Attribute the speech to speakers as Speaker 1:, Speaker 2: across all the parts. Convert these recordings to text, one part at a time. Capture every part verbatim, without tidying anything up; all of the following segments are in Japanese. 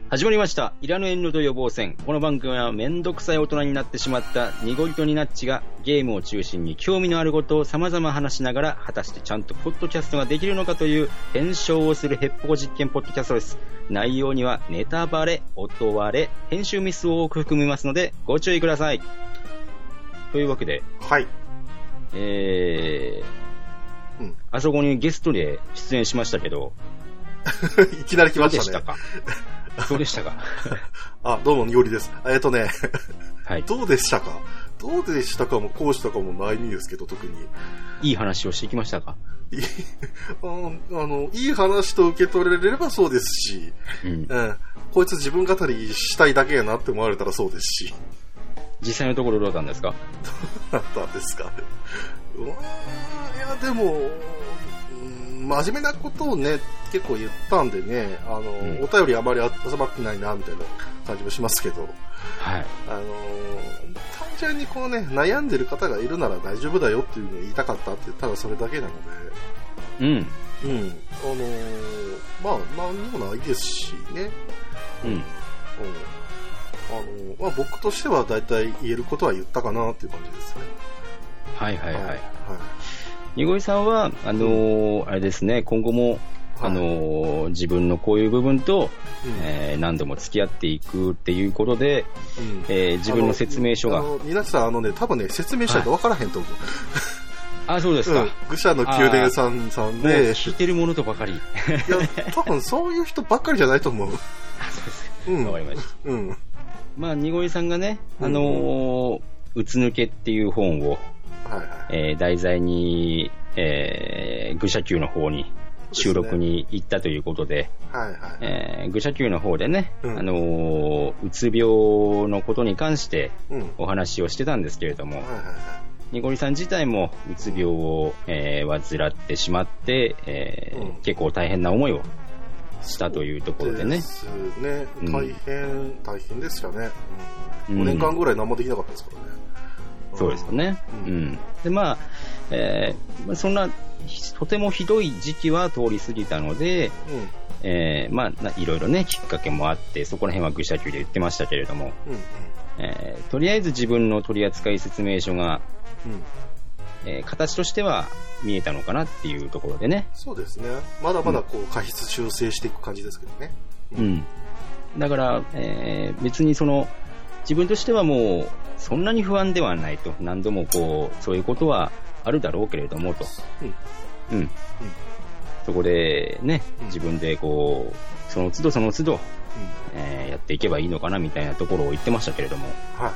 Speaker 1: 始まりました。いらぬ遠慮と予防戦。この番組はめんどくさい大人になってしまったニゴリとニナッチがゲームを中心に興味のあることを様々話しながら、果たしてちゃんとポッドキャストができるのかという検証をするヘッポコ実験ポッドキャストです。内容にはネタバレ、音割れ、編集ミスを多く含みますのでご注意ください。というわけで、
Speaker 2: はい。
Speaker 1: えー、うん、あそこにゲストで出演しましたけど、
Speaker 2: いきなり来ましたね。
Speaker 1: どうでしたかどうでしたか
Speaker 2: あ、どうも、にごりです。えっとね、
Speaker 1: はい。
Speaker 2: どうでしたかどうでしたかも、こうしたかもないんですけど、特に。
Speaker 1: いい話をしてきましたか
Speaker 2: いいあの、いい話と受け取れればそうですし、うんうん、こいつ自分語りしたいだけやなって思われたらそうですし。
Speaker 1: 実際のところどうだったんですか
Speaker 2: どうだったんですかうーん、いや、でも、真面目なことをね、結構言ったんでね、あの、うん、お便りあまり集まってないな、みたいな感じもしますけど、
Speaker 1: はい。
Speaker 2: あの、単純にこうね、悩んでる方がいるなら大丈夫だよっていうのを言いたかったって、ただそれだけなの
Speaker 1: で、うん。
Speaker 2: うん。あの、まあ、何にもないですしね。
Speaker 1: うん。うん。
Speaker 2: あの、まあ僕としては大体言えることは言ったかなっていう感じですね。
Speaker 1: はいはいはい。はい。
Speaker 2: はい
Speaker 1: にごりさんは、あのー、あれですね、今後も、あのー、自分のこういう部分と、うん、えー、何度も付き合っていくっていうことで、うん、えー、自分の説明書が。
Speaker 2: あの、ニナチさん、あのね、多分ね、説明書だと分からへんと思う。
Speaker 1: はい、あ、そうですか。
Speaker 2: うん、愚者の宮殿さんさんで。
Speaker 1: 聞いてるものとばかり。いや、
Speaker 2: 多分そういう人ばっかりじゃないと思う。
Speaker 1: あ、そうですか。うん。わかりました。
Speaker 2: うん。
Speaker 1: まあ、にごりさんがね、あのー、うつ抜けっていう本を、はいはい、えー、題材に、えー、愚者級の方に収録に行ったということで、はいはい、えー、愚者級の方でね、うん、あのー、うつ病のことに関してお話をしてたんですけれども、にごりさん自体もうつ病を、えー、患ってしまって、えーうん、結構大変な思いをしたというところでね。
Speaker 2: そうですね。大変、うん、大変ですよね、うん。ごねんかんぐらい何もできなかったですからね。
Speaker 1: そうですよね。うん。うん、で、まあ、えー、そんな、とてもひどい時期は通り過ぎたので、うん、えー、まあ、いろいろね、きっかけもあって、そこら辺は愚者級で言ってましたけれども、うんうん、えー、とりあえず自分の取扱説明書が、うん、えー、形としては見えたのかなっていうところでね。
Speaker 2: そうですね。まだまだこう、過失修正していく感じですけどね。
Speaker 1: うん。うん、だから、えー、別にその、自分としてはもう、そんなに不安ではないと。何度もこう、そういうことはあるだろうけれどもと。うん。うん。うん、そこでね、自分でこう、その都度その都度、うん、えー、やっていけばいいのかなみたいなところを言ってましたけれども。はい。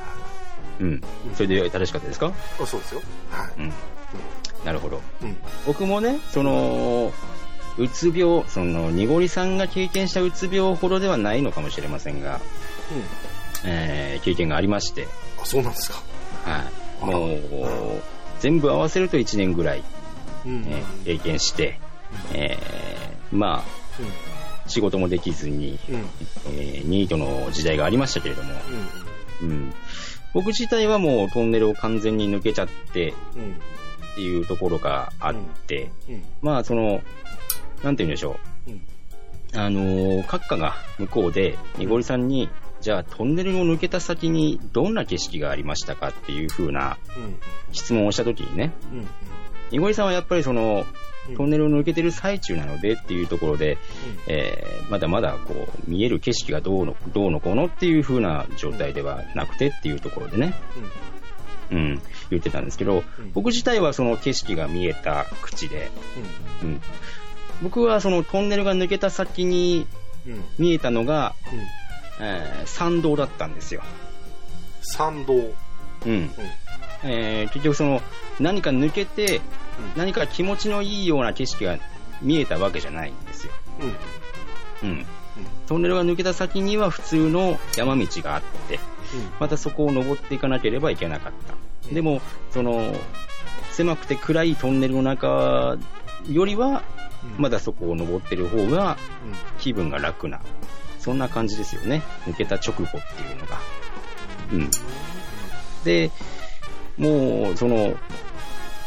Speaker 1: うん。それで正しかったですか？
Speaker 2: あ、そうですよ。はい。うん。
Speaker 1: なるほど。うん、僕もね、その、うつ病、その、にごりさんが経験したうつ病ほどではないのかもしれませんが、うん。えー、経験がありまして。
Speaker 2: あ、そうなんですか。
Speaker 1: はい。もう、全部合わせるといちねんぐらい、うんえー、経験して、うんえー、まあ、うん、仕事もできずに、うんえー、ニートの時代がありましたけれども、うんうん、僕自体はもうトンネルを完全に抜けちゃって、うん、っていうところがあって、うんうん、まあ、その、なんて言うんでしょう。うん、あのー、閣下が向こうで、にごりさんに、じゃあトンネルを抜けた先にどんな景色がありましたかっていう風な質問をしたときにね、うんうん、にごりさんはやっぱりその、うん、トンネルを抜けてる最中なのでっていうところで、うんえー、まだまだこう見える景色がどうのどうのこうのっていう風な状態ではなくてっていうところでね、うん、うん、言ってたんですけど、うん、僕自体はその景色が見えた口で、うんうん、僕はそのトンネルが抜けた先に見えたのが、うんうんえー、参道だったんですよ。
Speaker 2: 参道。うん。
Speaker 1: うん、えー、結局その何か抜けて、うん、何か気持ちのいいような景色が見えたわけじゃないんですよ。うん。うん。うん、トンネルが抜けた先には普通の山道があって、うん、またそこを登っていかなければいけなかった。うん、でもその狭くて暗いトンネルの中よりは、うん、まだそこを登ってる方が気分が楽な。そんな感じですよね。抜けた直後っていうのが。うん。で、もう、その、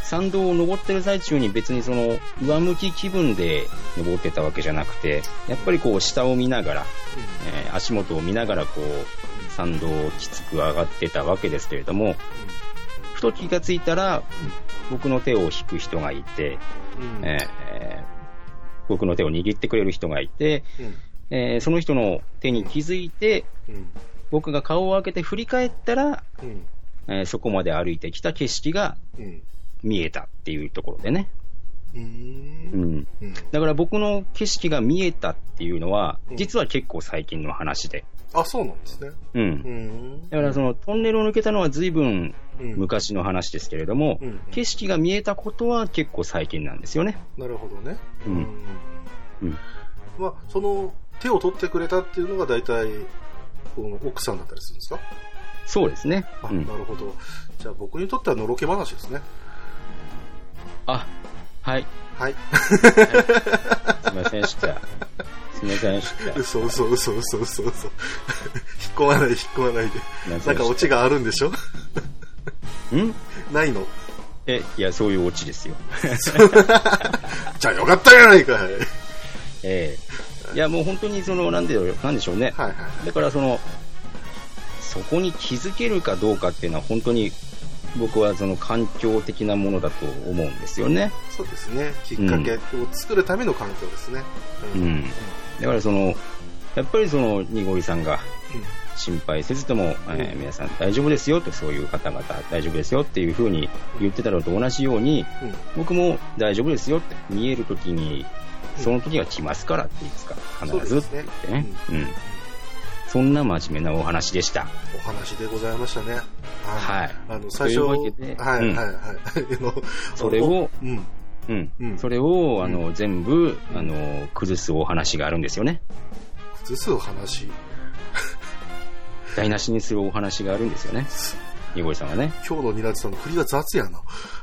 Speaker 1: 山道を登ってる最中に別にその上向き気分で登ってたわけじゃなくて、やっぱりこう下を見ながら、うんえー、足元を見ながらこう山道をきつく上がってたわけですけれども、うん、ふと気がついたら、うん、僕の手を引く人がいて、うんえー、僕の手を握ってくれる人がいて、うんえー、その人の手に気づいて、うん、僕が顔を開けて振り返ったら、うんえー、そこまで歩いてきた景色が見えたっていうところでね、うんうんうん、だから僕の景色が見えたっていうのは、うん、実は結構最近の話で、
Speaker 2: あ、そうなんですね、
Speaker 1: うんうん、だからそのトンネルを抜けたのは随分昔の話ですけれども、うんうん、景色が見えたことは結構最近なんですよね。
Speaker 2: なるほどね、
Speaker 1: うんうん
Speaker 2: まあ、その手を取ってくれたっていうのが大体この奥さんだったりするんですか？
Speaker 1: そうですね。
Speaker 2: あ、うん、なるほど。じゃあ僕にとってはのろけ話ですね。
Speaker 1: あ、はい。
Speaker 2: はい。はい、
Speaker 1: すみませんでした。すみませんでした。
Speaker 2: 嘘嘘嘘嘘嘘嘘。引っ込まない引っ込まないで。なんかオチがあるんでしょ？ん？ないの？
Speaker 1: え、いやそういうオチですよ。
Speaker 2: じゃあよかったじゃないかい。
Speaker 1: ええー、いやもう本当にそのなんでなんでしょうね。
Speaker 2: はいはい。
Speaker 1: だからそのそこに気づけるかどうかっていうのは本当に僕はその環境的なものだと思うんですよね。
Speaker 2: そうですね。きっかけを作るための環境ですね。
Speaker 1: うん。うん、だからそのやっぱりそのにごりさんが心配せずとも、うんえー、皆さん大丈夫ですよとそういう方々大丈夫ですよっていう風に言ってたのと同じように、うん、僕も大丈夫ですよって見えるときにその時が来ますからっていつか必ずって言ってね。うん。そんな真面目なお話でした。
Speaker 2: お話でございましたね。
Speaker 1: はい。はい、
Speaker 2: あの最初はいはいはい。
Speaker 1: それを、うんうんうん、それをあの、うん、全部あの崩すお話があるんですよね。
Speaker 2: 崩すお話。
Speaker 1: 台無しにするお話があるんですよね。にごりさんはね。
Speaker 2: 今日のニラチさんの振りが雑やな。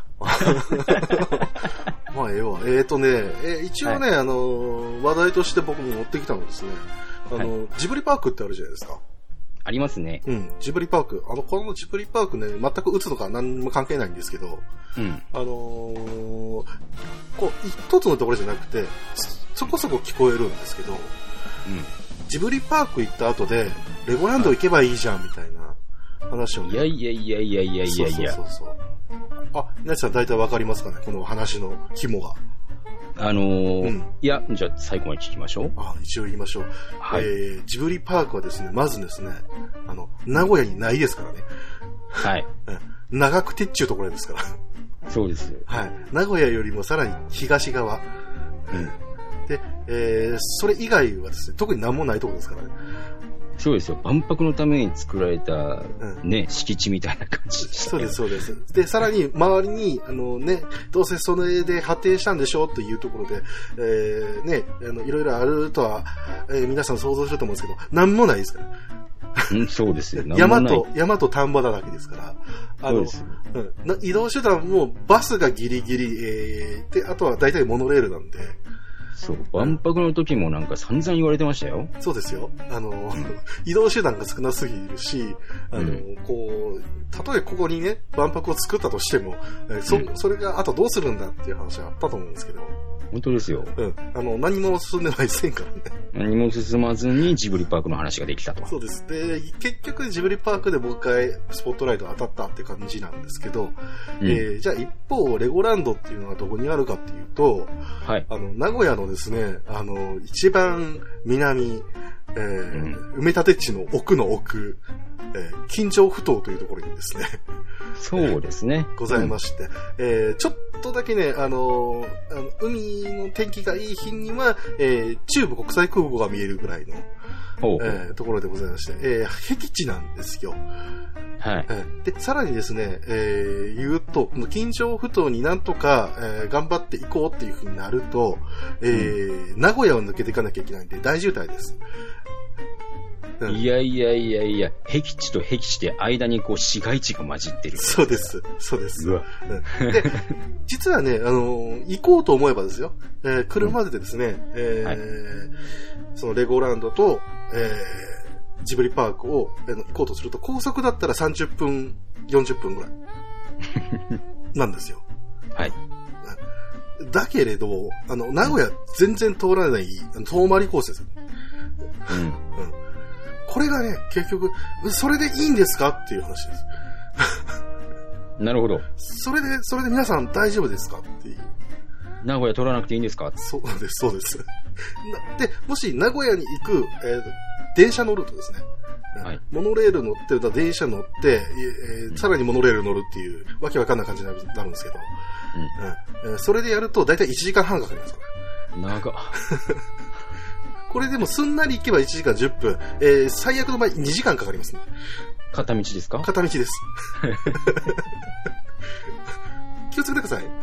Speaker 2: まあええわ。えーとね、え一応ね、はい、あの話題として僕も持ってきたのですね。あの、はい、ジブリパークってあるじゃないですか。
Speaker 1: ありますね。
Speaker 2: うん。ジブリパーク。あの、このジブリパークね、全く打つとか何も関係ないんですけど、うん。あのー、こう、一つのところじゃなくて、そこそこ聞こえるんですけど、うん。ジブリパーク行った後で、レゴランド行けばいいじゃん、みたいな話をね。
Speaker 1: いやいやいやいやいやいやいや。
Speaker 2: そうそうそうそう。あ、皆さん大体わかりますかね、この話の肝が。
Speaker 1: あのーうん、いや、じゃあ最後まで聞きましょう。
Speaker 2: あ、一応言いましょう。はい。えー、ジブリパークはですね、まずですね、あの、名古屋にないですからね。
Speaker 1: はい。
Speaker 2: 長久手っちゅうところですから。
Speaker 1: そうです。
Speaker 2: はい。名古屋よりもさらに東側。うん。で、えー、それ以外はですね、特に何もないところですからね。
Speaker 1: そうですよ。万博のために作られた、ね、うん、敷地みたいな感じでした。
Speaker 2: そうです、そうです。で、さらに周りに、あのね、どうせそれで発展したんでしょうというところで、えー、ね、あの、いろいろあるとは、えー、皆さん想像してると思うんですけど、なんもないですから。
Speaker 1: うん、そうですよ。
Speaker 2: 山と、山と田んぼだらけですから。あの、うん、移動手段もバスがギリギリ、えー、で、あとは大体モノレールなんで、
Speaker 1: そう、万博の時もなんか散々言われてましたよ。
Speaker 2: そうですよ。あの、移動手段が少なすぎるし、あの、うん、こう、たとえここにね、万博を作ったとしても、そ、うん、それがあとどうするんだっていう話があったと思うんですけど。
Speaker 1: 本当ですよ。
Speaker 2: うん。あの、何も進んでないせんからね。
Speaker 1: 何も進まずにジブリパークの話ができたと。
Speaker 2: そうです。で、結局ジブリパークでもう一回スポットライト当たったって感じなんですけど、うん、えー、じゃあ一方、レゴランドっていうのはどこにあるかっていうと、はい。あの、名古屋のですね、あの、一番南、えーうん、埋め立て地の奥の奥、えー、金城埠頭というところにですね。
Speaker 1: そうですね。
Speaker 2: ございまして、うん、えー、ちょっとだけね、あのー、あの海の天気がいい日には、えー、中部国際空港が見えるぐらいの、ほうほうえー、ところでございまして、えー、僻地なんですよ。はい。えー、で、さらにですね、えー、言うと、この金城埠頭になんとか、えー、頑張っていこうっていう風になると、えーうん、名古屋を抜けていかなきゃいけないんで大渋滞です。
Speaker 1: うん、いやいやいやいや、僻地と僻地で間にこう市街地が混じってる。
Speaker 2: そうです、そうです。うわうん、で、実はね、あの、行こうと思えばですよ、えー、車でですね、うんえーはい、そのレゴランドと、えー、ジブリパークを、えー、行こうとすると、高速だったらさんじゅっぷん、よんじゅっぷんぐらい。なんですよ。
Speaker 1: はい。
Speaker 2: だけれど、あの、名古屋全然通らない、遠回りコースですよ。うん。うん。これがね、結局、それでいいんですかっていう話です。
Speaker 1: なるほど。
Speaker 2: それで、それで皆さん大丈夫ですかっていう。
Speaker 1: 名古屋取らなくていいんですか？
Speaker 2: そうです、そうです。で、もし名古屋に行く、えー、電車乗るとですね、はい、モノレール乗ってた電車乗って、えーうん、さらにモノレール乗るっていう、わけわかんない感じになるんですけど、うんうん、それでやると大体いちじかんはんかかりますから。
Speaker 1: 長っ。
Speaker 2: これでもすんなり行けばいちじかんじゅっぷん、えー、最悪の場合にじかんかかりますね。
Speaker 1: 片道ですか？
Speaker 2: 片道です。気をつけてください。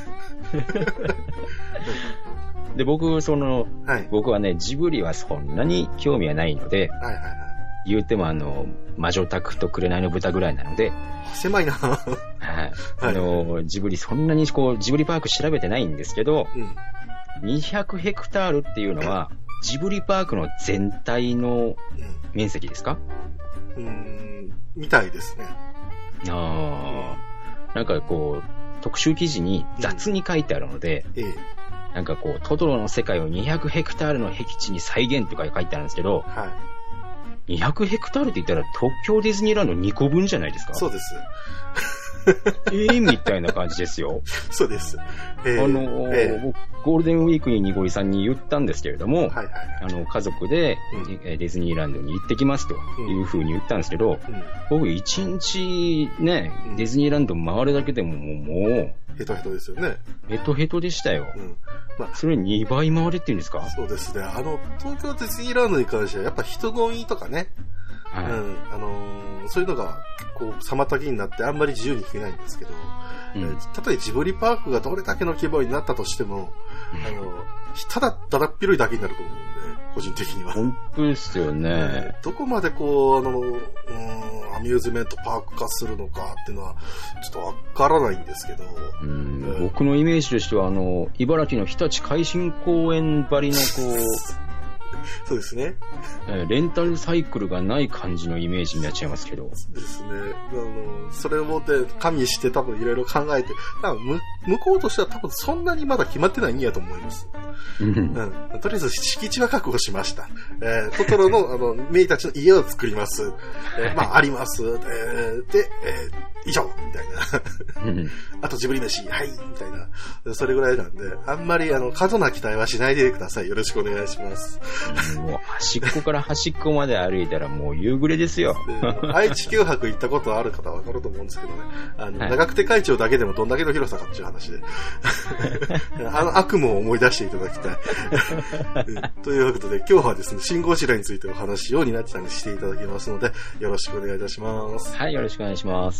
Speaker 1: で、僕、その、
Speaker 2: はい、
Speaker 1: 僕はね、ジブリはそんなに興味はないので、
Speaker 2: はいはいはい、
Speaker 1: 言うてもあの、魔女宅と紅の豚ぐらいなので、
Speaker 2: 狭いな。はい。
Speaker 1: あの、ジブリそんなにこう、ジブリパーク調べてないんですけど、うん、にひゃくヘクタールっていうのは、ジブリパークの全体の面積ですか？
Speaker 2: うーん、みたいですね。
Speaker 1: ああ、なんかこう、特集記事に雑に書いてあるので、うん、ええ、なんかこう、トトロの世界をにひゃくヘクタールの僻地に再現とか書いてあるんですけど、はい、にひゃくヘクタールって言ったら東京ディズニーランドにこぶんじゃないですか？
Speaker 2: そうです。
Speaker 1: ええみたいな感じですよ。
Speaker 2: そうです。
Speaker 1: えー、あのーえー、ゴールデンウィークににごりさんに言ったんですけれども、はいはいはい、あの家族で、うん、ディズニーランドに行ってきますというふうに言ったんですけど、うん、僕一日ね、うん、ディズニーランド回るだけでももう
Speaker 2: ヘトヘトですよね。
Speaker 1: ヘトヘトでしたよ。うん、まあ、それにばい回れって言うんですか？
Speaker 2: そうですね。あの東京ディズニーランドに関してはやっぱ人混みとかね、はい、うん、あのー、そういうのがこう妨げになってあんまり自由に行けないんですけど、うん、えー、たとえジブリパークがどれだけの規模になったとしても、うん、あのただだだっ広いだけになると思うんで、個人的には。
Speaker 1: 本当ですよね。
Speaker 2: どこまでこうあの、うん、アミューズメントパーク化するのかっていうのはちょっとわからないんですけど、
Speaker 1: うん、えー、僕のイメージとしてはあの茨城の日立海浜公園ばりのこう
Speaker 2: そうですね。
Speaker 1: レンタルサイクルがない感じのイメージになっちゃいますけど。
Speaker 2: そうですね。あの、それをもって加味して多分いろいろ考えて、多分向こうとしては多分そんなにまだ決まってないんやと思います。うん。うん、とりあえず敷地は確保しました。えー、トトロのあの、メイたちの家を作ります。えー、まあ、あります。えー、で、えー以上みたいな。うん、あとジブリ飯、はいみたいな。それぐらいなんで、あんまりあの過度な期待はしないでください。よろしくお願いします。
Speaker 1: もう端っこから端っこまで歩いたらもう夕暮れですよ。
Speaker 2: 愛知九博行ったことある方は分かると思うんですけどね。あの、はい、長久手会長だけでもどんだけの広さかっていう話で。あの悪夢を思い出していただきたい。ということで今日はですね、信号白についてお話をニナッチさんにしていただきますので、よろしくお願いいたします。
Speaker 1: はい、よろしくお願いします。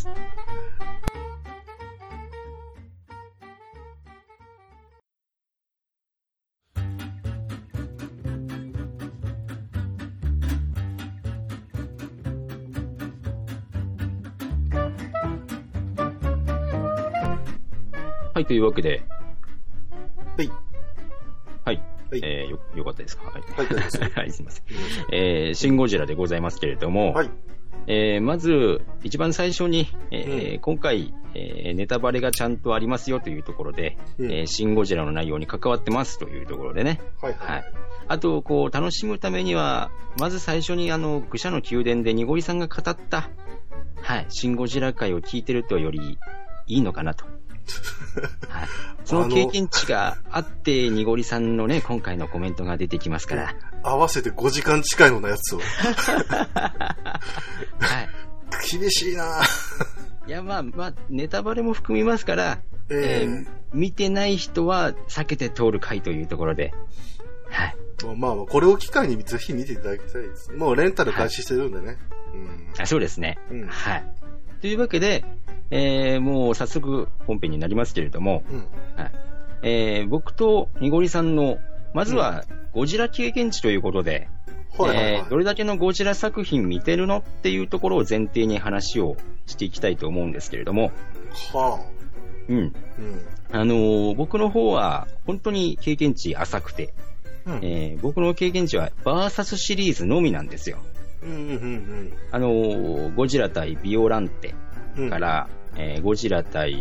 Speaker 1: はい、というわけで。
Speaker 2: はい。
Speaker 1: はい。はい、えー、よ、よかったですか？はい。
Speaker 2: はい、
Speaker 1: はい、すいません。えー、シン・ゴジラでございますけれども、はい。えー、まず、一番最初に、えーうん、今回、えー、ネタバレがちゃんとありますよというところで、うん、えー、シン・ゴジラの内容に関わってますというところでね。はい、はい。はい。あと、こう、楽しむためには、まず最初に、あの、愚者の宮殿でニゴリさんが語った、はい、シン・ゴジラ回を聞いてるとよりいいのかなと。はい、その経験値があってニゴリさんのね今回のコメントが出てきますから
Speaker 2: 合わせてごじかん近いようなやつを
Speaker 1: はい、
Speaker 2: 厳しいない
Speaker 1: やまあまあネタバレも含みますから、えーえー、見てない人は避けて通る回というところで、はい、
Speaker 2: まあこれを機会にぜひ見ていただきたいです。もうレンタル開始してるんでね、はい、
Speaker 1: うん、あそうですね、うん、はいというわけで、えー、もう早速本編になりますけれども、うんはいえー、僕とニゴリさんのまずはゴジラ経験値ということで、うんえー、どれだけのゴジラ作品見てるのっていうところを前提に話をしていきたいと思うんですけれども、はあうんうん、あのー、僕の方は本当に経験値浅くて、うんえー、僕の経験値はバーサスシリーズのみなんですよ。うんうんうん、あのー、ゴジラ対ビオランテから、うんえー、ゴジラ対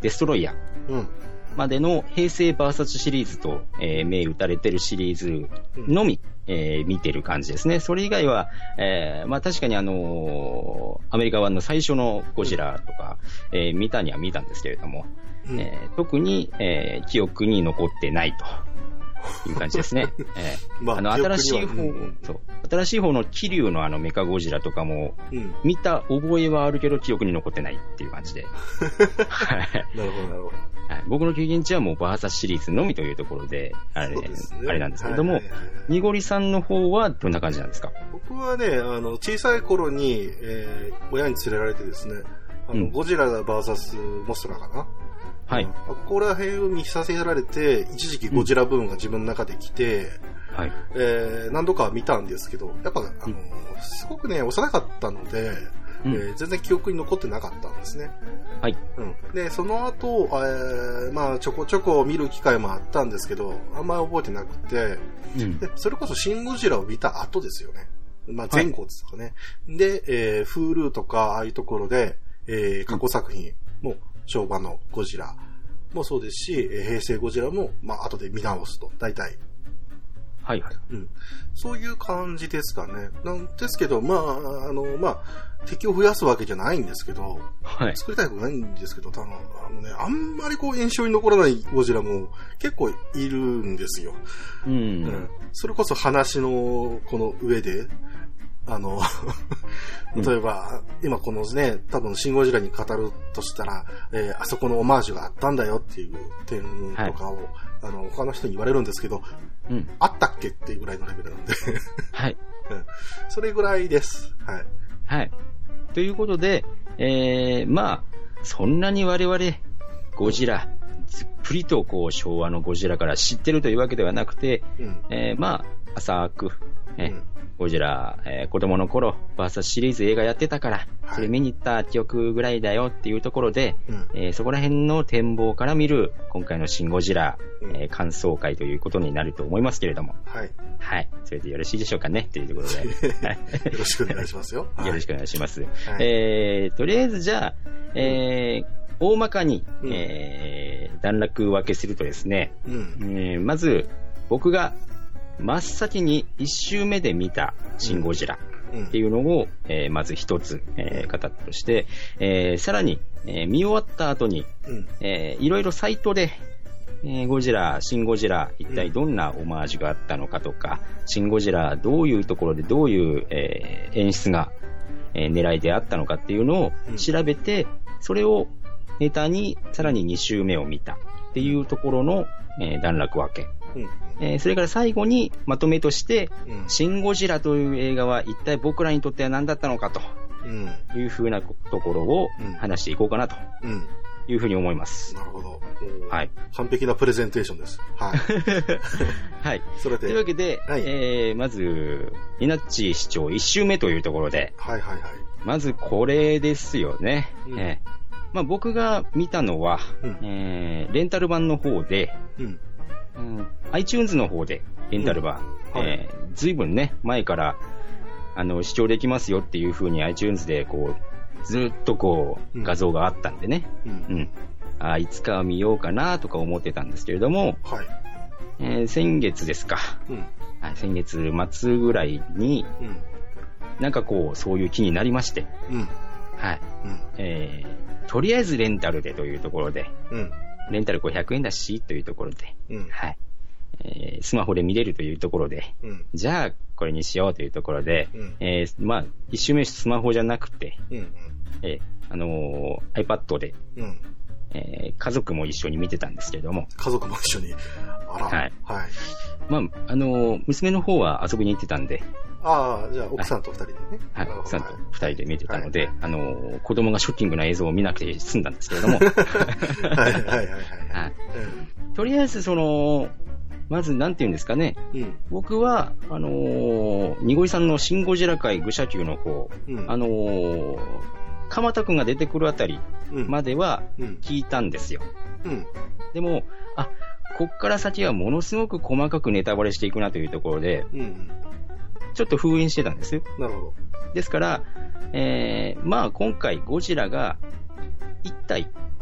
Speaker 1: デストロイヤー。うんまでの平成バーサスシリーズと、えー、銘打たれてるシリーズのみ、うんえー、見てる感じですね。それ以外は、えー、まあ確かにあのー、アメリカ版の最初のゴジラとか、うんえー、見たには見たんですけれども、うんえー、特に、えー、記憶に残ってないという感じですね。えーまあ、あの新しい方、うん、そう新しい方の桐生のあのメカゴジラとかも、うん、見た覚えはあるけど記憶に残ってないっていう感じで。
Speaker 2: なるほどなるほど。
Speaker 1: はい、僕の経験値はもうバーサスシリーズのみというところで、あれ、ね、あれなんですけれども、はいはいはいはい、にごりさんの方はどんな感じなんですか？
Speaker 2: 僕はね、あの、小さい頃に、えー、親に連れられてですね、あの、うん、ゴジラバーサスモスラかなはい。ここら辺を見させられて、一時期ゴジラブームが自分の中で来て、うん、はい。えー、何度か見たんですけど、やっぱ、あの、うん、すごくね、幼かったので、うんえー、全然記憶に残ってなかったんですね。はい。うん。で、その後、えー、まあ、ちょこちょこ見る機会もあったんですけど、あんまり覚えてなくて、うん、でそれこそシン・ゴジラを見た後ですよね。まあ、前後ですかね。はい、で、えー、Hulu とか、ああいうところで、えー、過去作品も、昭和のゴジラもそうですし、平成ゴジラも、まあ、後で見直すと、大体。はいはい。うん。そういう感じですかね。なんですけど、まあ、あの、まあ、敵を増やすわけじゃないんですけど、はい、作りたいことないんですけど、多分あのね、あんまりこう印象に残らないゴジラも結構いるんですよ。うん。うん、それこそ話のこの上で、あの、例えば、うん、今このね、多分シンゴジラに語るとしたら、えー、あそこのオマージュがあったんだよっていう点とかを、はい、あの、他の人に言われるんですけど、うん、あったっけっていうぐらいのレベルなんで。はい。うん。それぐらいです。はい。
Speaker 1: はい。ということで、えー、まあ、そんなに我々、ゴジラ、ずっぷりとこう昭和のゴジラから知ってるというわけではなくて、うんえー、まあ、浅く、えーうん、ゴジラ、えー、子供の頃、バーサスシリーズ映画やってたから、それ見に行った記憶ぐらいだよっていうところで、はいえー、そこら辺の展望から見る今回のシン・ゴジラ、うんえー、感想会ということになると思いますけれども、はい。はい。それでよろしいでしょうかねというところで。
Speaker 2: はい、よろしくお願いしますよ。
Speaker 1: よろしくお願いします。はい、えー、とりあえずじゃあ、えー、大まかに、うんえー、段落分けするとですね、うんえー、まず僕が真っ先にいち周目で見たシン・ゴジラっていうのを、うんえー、まず一つ、えー、語ったとして、えー、さらに、えー、見終わった後に、うんえー、いろいろサイトで、えー、ゴジラ、シン・ゴジラ一体どんなオマージュがあったのかとか、うん、シン・ゴジラどういうところでどういう、えー、演出が、えー、狙いであったのかっていうのを調べて、うん、それをネタにさらにに周目を見たっていうところの、えー、段落分け、うんえー、それから最後にまとめとして、うん、シン・ゴジラという映画は一体僕らにとっては何だったのかというふうなところを話していこうかなというふうに思います。
Speaker 2: うんうん、なるほど。はい。完璧なプレゼンテーションです。はい。
Speaker 1: はい。それでというわけで、はいえー、まずニナッチ市長いち周目というところで、はいはいはい。まずこれですよね。うんえーまあ、僕が見たのは、うんえー、レンタル版の方で、うんうん、iTunes の方でレンタル版、うんはいえー、ずいぶんね前からあの視聴できますよっていう風に iTunes でこうずっとこう画像があったんでね、うんうん、あいつか見ようかなとか思ってたんですけれども、はいえー、先月ですか、うんはい、先月末ぐらいに、うん、なんかこうそういう気になりまして、うんはいうんえー、とりあえずレンタルでというところで、うん、レンタルごひゃくえんだしというところで、うんはいえー、スマホで見れるというところで、うん、じゃあこれにしようというところで、うんえー、まあ一周目スマホじゃなくて、うんうんえーあのー、iPad で、うんえー、家族も一緒に見てたんですけれども
Speaker 2: 家族も一緒にあらはい、はい
Speaker 1: まああのー、娘の方は遊びに行ってたんで
Speaker 2: ああ、じゃあ奥さんと二人でね。
Speaker 1: はい、はい、奥さんと二人で見てたので、はい、あのー、子供がショッキングな映像を見なくて済んだんですけれども。はいはいはいはい、はいうん。とりあえずその、まずなんていうんですかね、うん、僕は、あのー、にごりさんのシン・ゴジラ界愚者級の方、うん、あのー、鎌田くんが出てくるあたりまでは聞いたんですよ。うんうん、でも、あ、こっから先はものすごく細かくネタバレしていくなというところで、うんちょっと封印してたんですよ。
Speaker 2: なるほど。
Speaker 1: ですから、えー、まあ今回ゴジラが一体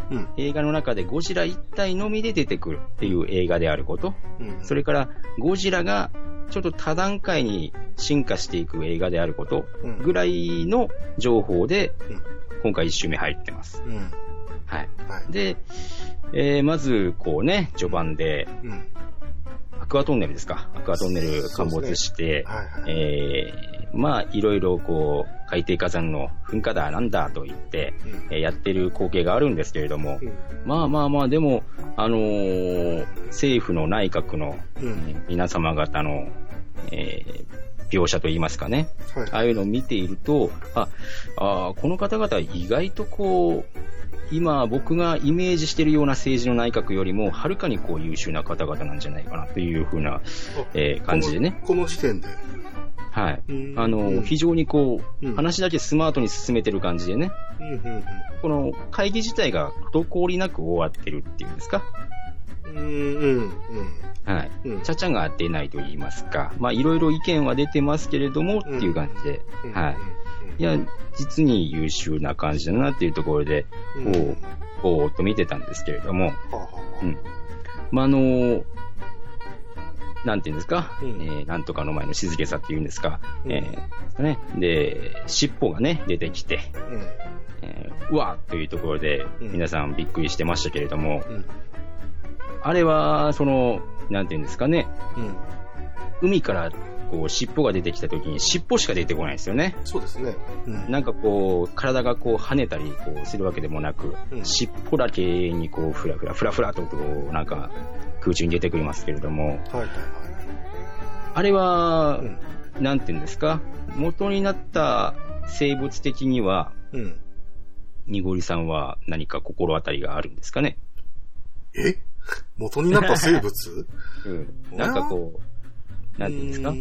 Speaker 1: うん、映画の中でゴジラ一体のみで出てくるっていう映画であること、うん、それからゴジラがちょっと多段階に進化していく映画であることぐらいの情報で、今回いち周目入ってます。うん、はい。はい、で、えー、まずこうね、序盤で、うん、アクアトンネルですか。アクアトンネル陥没して、ね、はいはい、えー、まあいろいろこう海底火山の噴火だなんだと言って、うん、えー、やってる光景があるんですけれども、うん、まあまあまあでもあのー、政府の内閣の、うん、えー、皆様方の、えー、描写といいますかね、はい、ああいうのを見ていると、ああこの方々意外とこう今僕がイメージしているような政治の内閣よりもはるかにこう優秀な方々なんじゃないかなというふうな、えー、感じでね。
Speaker 2: この、この時点で。
Speaker 1: はい。あの、非常にこう、うん、話だけスマートに進めてる感じでね。うんうんうん、この会議自体が滞りなく終わってるっていうんですか。うんうんうん。はい。うん、ちゃちゃが出ないと言いますか。まあいろいろ意見は出てますけれども、うん、っていう感じで。うん、はい。いや、実に優秀な感じだなっていうところで、こう、ぼーっと見てたんですけれども、うん。まあ、あの、なんていうんですか、うん、えー、なんとかの前の静けさっていうんですか、うん、えー、ね、で、尻尾がね、出てきて、うん、えー、うわっというところで、皆さんびっくりしてましたけれども、うん、あれは、その、なんていうんですかね、うん、海からこう尻尾が出てきた時に尻尾しか出てこないですよね。
Speaker 2: そうですね。うん、なん
Speaker 1: かこう体がこう跳ねたりこうするわけでもなく、うん、尻尾だけにこうフラフラフラフラとこうなんか空中に出てくりますけれども、はいはいはい、あれは、うん、なんていうんですか、元になった生物的には、うん、にごりさんは何か心当たりがあるんですかね。
Speaker 2: え？元になった生物？
Speaker 1: うん、なんかこう。なんていうんですか、うん、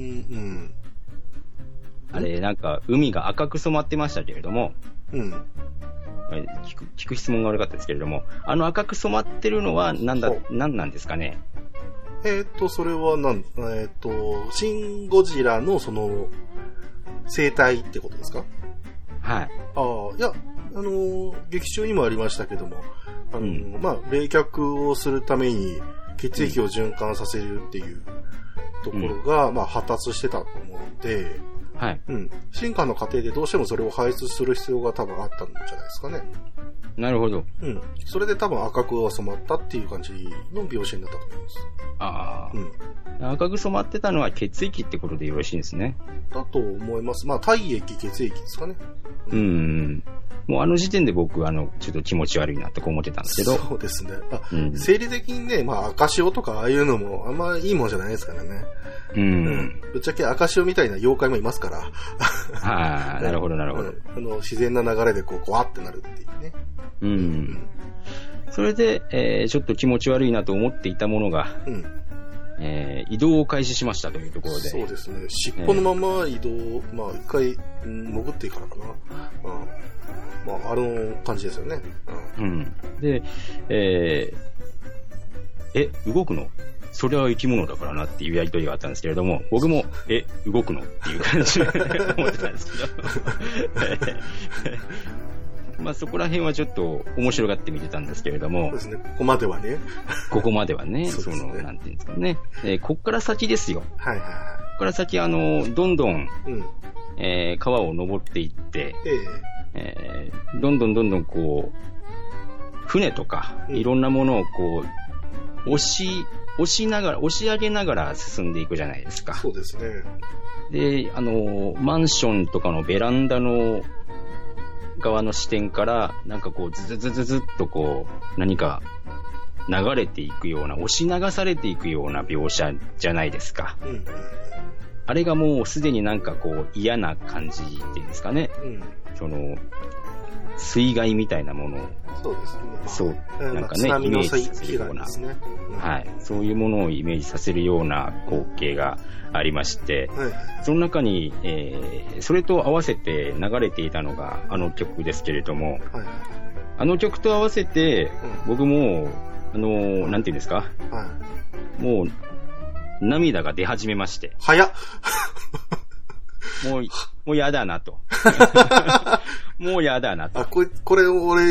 Speaker 1: あれ、なんか、海が赤く染まってましたけれども、うん、聞く、聞く質問が悪かったですけれども、あの赤く染まってるのは何だ、何なんですかね。
Speaker 2: えっ、ー、と、それはなん、えっ、ー、と、シン・ゴジラのその、生態ってことですか？はい。ああ、いや、あの、劇中にもありましたけども、あの、うん、まあ、冷却をするために血液を循環させるっていう、うんところが、うん、まあ発達してたと思うので、はい。うん。進化の過程でどうしてもそれを排出する必要が多分あったんじゃないですかね。
Speaker 1: なるほど。
Speaker 2: うん。それで多分赤く染まったっていう感じの描写になったと思います。ああ。
Speaker 1: うん。赤く染まってたのは血液ってことでよろしいんですね。
Speaker 2: だと思います。まあ体液、血液ですかね。
Speaker 1: うん。うんもうあの時点で僕、あの、ちょっと気持ち悪いなと思ってたんですけど。
Speaker 2: そうですね。あ、うん、生理的にね、まあ赤潮とかああいうのもあんまいいもんじゃないですからね。うん。うん、ぶっちゃけ赤潮みたいな妖怪もいますから。
Speaker 1: はあ、なるほどなるほど。
Speaker 2: あの、自然な流れでこう、こわってなるっていうね。うん。うん、
Speaker 1: それで、えー、ちょっと気持ち悪いなと思っていたものが、うん。えー、移動を開始しましたというところで。
Speaker 2: そうですね。尻尾のまま移動、えー、まあ一回、うん、潜っていいからかな。うんまあ、あの感じですよね。
Speaker 1: うん。うん、で、えー、え、動くの？それは生き物だからなっていうやりとりがあったんですけれども、僕も、え、動くのっていう感じで思ってたんですけど。まあそこら辺はちょっと面白がって見てたんですけれども。
Speaker 2: そうですね。ここまではね。
Speaker 1: ここまではね。そ, ねその、なんていうんですかね。えー、こっから先ですよ。はいはいはい。こっから先、あの、どんどん、うんえー、川を登っていって、えーえー、どんどんどんどんこう、船とか、いろんなものをこう、押し、押しながら、押し上げながら進んでいくじゃないですか。
Speaker 2: そうですね。
Speaker 1: で、あの、マンションとかのベランダの側の視点から、なんかこう、ずずずずずっとこう、何か流れていくような、押し流されていくような描写じゃないですか。うん、あれがもうすでになんかこう、嫌な感じっていうんですかね。うんその水害みたいなものを
Speaker 2: そうですね。
Speaker 1: そうなんかね、まあ、イメージするような、ねうん、はいそういうものをイメージさせるような光景がありまして、はい、その中に、えー、それと合わせて流れていたのがあの曲ですけれども、はい、あの曲と合わせて、うん、僕もあのなんていうんですか、はい、もう涙が出始めまして。
Speaker 2: 早っ。
Speaker 1: もう、もうやだなと。もうやだなと。
Speaker 2: あ、これ、これ俺、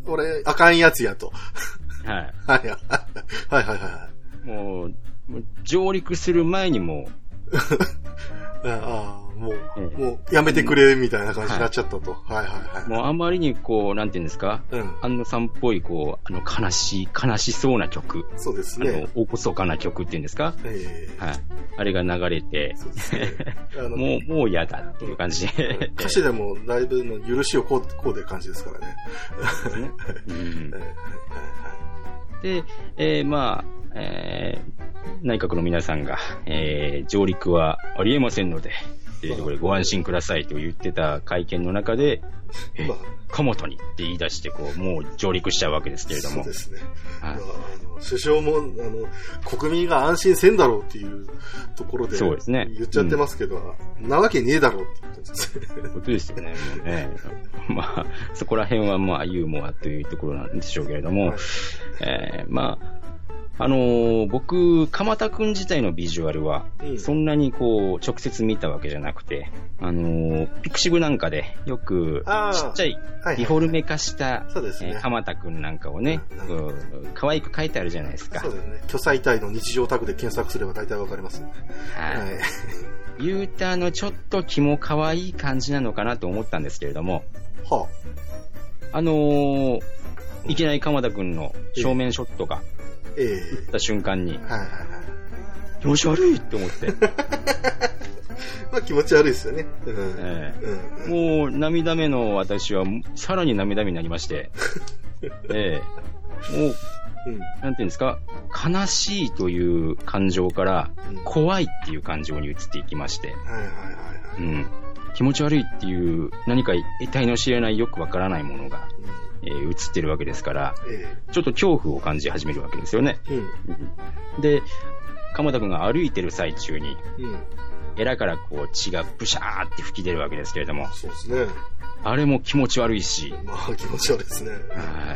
Speaker 2: 俺、あかんやつやと。
Speaker 1: はい。
Speaker 2: はいはいはいはい。
Speaker 1: もう、上陸する前にもう、
Speaker 2: ああ、もう、うん、もう、やめてくれ、みたいな感じになっちゃったと。はい、はい、はいはい。
Speaker 1: もう、あまりに、こう、なんていうんですか、うん、安野さんっぽい、こう、あの、悲しい、悲しそうな曲。
Speaker 2: そうですね。
Speaker 1: あの、おこそかな曲っていうんですか、えー、はい。あれが流れて、そうですね、あのもう、もう嫌だっていう感じで。
Speaker 2: 歌詞でも、だいぶの許しをこう、こうで感じですからね。うん、
Speaker 1: で、えー、まあ、えー、内閣の皆さんが、えー、上陸はありえませんので、というところでご安心くださいと言ってた会見の中で、えー、鎌田にって言い出して、こう、もう上陸しちゃうわけですけれども。
Speaker 2: そうですね。はい、まあ、あの首相も、あの、国民が安心せんだろうっていうところで、そうですね。言っちゃってますけど、うん、なわけねえだろうって言ったんですね。
Speaker 1: ことですよね。もうね。まあ、そこら辺はまあ、ユーモアというところなんでしょうけれども、はい、えー、まあ、あのー、僕、鎌田くん自体のビジュアルは、そんなにこう、直接見たわけじゃなくて、あのー、ピクシブなんかでよく、ちっちゃい、リフォルメ化した、鎌田くんなんかをね、可愛く書いてあるじゃないですか。
Speaker 2: そうですね。巨彩体の日常タグで検索すれば大体わかります、ね。
Speaker 1: はい。はい、言うてあの、ちょっと気も可愛い感じなのかなと思ったんですけれども、はあ、あのー、いきなり鎌田くんの正面ショットが、ええ、打った瞬間に、はいはいはい、気持ち悪いって思って。
Speaker 2: まあ気持ち悪いですよね。うん
Speaker 1: ええうん、もう涙目の私はさらに涙目になりまして、ええ、もう、うん、なんていうんですか、悲しいという感情から怖いっていう感情に移っていきまして、うん、気持ち悪いっていう何か得体の知れないよくわからないものが、えー、映ってるわけですから、えー、ちょっと恐怖を感じ始めるわけですよね。うん、で、鎌田くんが歩いてる最中に、うん、エラからこう血がブシャーって吹き出るわけですけれども、
Speaker 2: そうですね。
Speaker 1: あれも気持ち悪いし、
Speaker 2: まあ気持ち悪いですね。
Speaker 1: はい。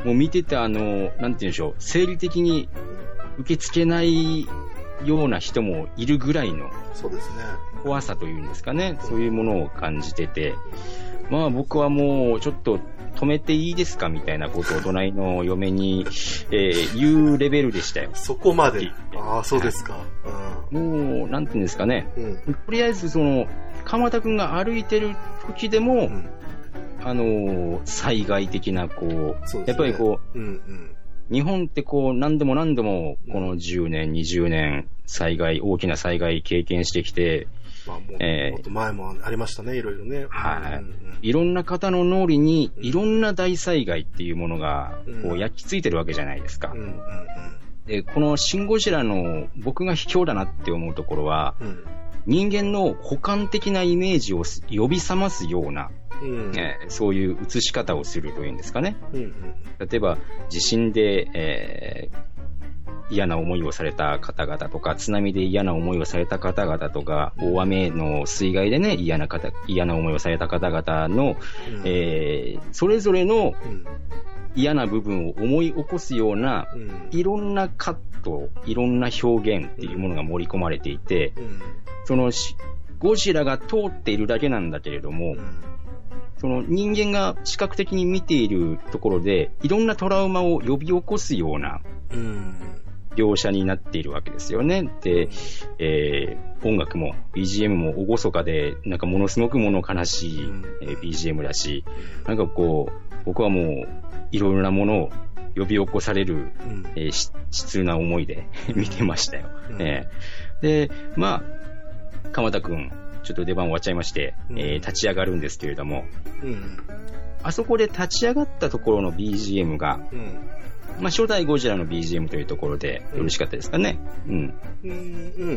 Speaker 1: もう見ててあの、なんて言うんでしょう、生理的に受け付けないような人もいるぐらいの、
Speaker 2: そうですね。
Speaker 1: 怖さというんですかね、そういうものを感じてて、まあ僕はもうちょっと止めていいですかみたいなことを隣の嫁に、えー、言うレベルでしたよ。
Speaker 2: そこまで。ああ、そうですか。
Speaker 1: うん、もう、なんていうんですかね。うん、とりあえず、その、鎌田くんが歩いてる時でも、うん、あのー、災害的な、こう、うね、やっぱりこう、うんうん、日本ってこう、何度も何度も、このじゅうねん、にじゅうねん、災害、大きな災害経験してきて、
Speaker 2: まあ、もう、えー、もっと前もありましたね、いろいろね。
Speaker 1: はい、うんうん。いろんな方の脳裏に、いろんな大災害っていうものが、こう、焼き付いてるわけじゃないですか。うんうんうん、で、このシン・ゴジラの僕が卑怯だなって思うところは、うん、人間の補完的なイメージを呼び覚ますような、うんえー、そういう映し方をするというんですかね。うんうん、例えば、地震で、えー嫌な思いをされた方々とか、津波で嫌な思いをされた方々とか、大雨の水害でね、嫌な方、嫌な思いをされた方々の、うんえー、それぞれの嫌な部分を思い起こすような、うん、いろんなカット、いろんな表現っていうものが盛り込まれていて、うん、そのゴジラが通っているだけなんだけれども、うん、その人間が視覚的に見ているところで、いろんなトラウマを呼び起こすような、うん描写になっているわけですよね。で、えー、音楽も ビージーエム も厳かで、なんかものすごく物悲しい、えー、ビージーエム だし、なんかこう、僕はもういろいろなものを呼び起こされる、えー、し悲痛な思いで見てましたよ、えー。で、まあ、鎌田くん、ちょっと出番終わっちゃいまして、えー、立ち上がるんですけれども、あそこで立ち上がったところの ビージーエム が、まあ、初代ゴジラの ビージーエム というところでよろしかったですかね。うん。
Speaker 2: うん、うん、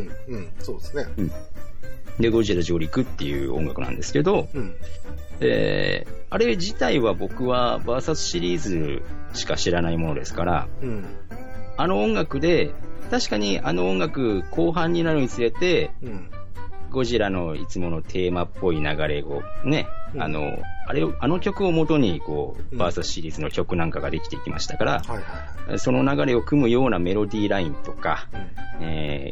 Speaker 2: うん、そうですね。うん。
Speaker 1: で、ゴジラ上陸っていう音楽なんですけど、うん、えー、あれ自体は僕はバーサスシリーズしか知らないものですから、うん、あの音楽で、確かにあの音楽後半になるにつれて、うん、ゴジラのいつものテーマっぽい流れをね、うん、あの、あれを、あの曲を元に、こう、バーサスシリーズの曲なんかができていきましたから、うんはいはいはい、その流れを組むようなメロディーラインとか、うんえ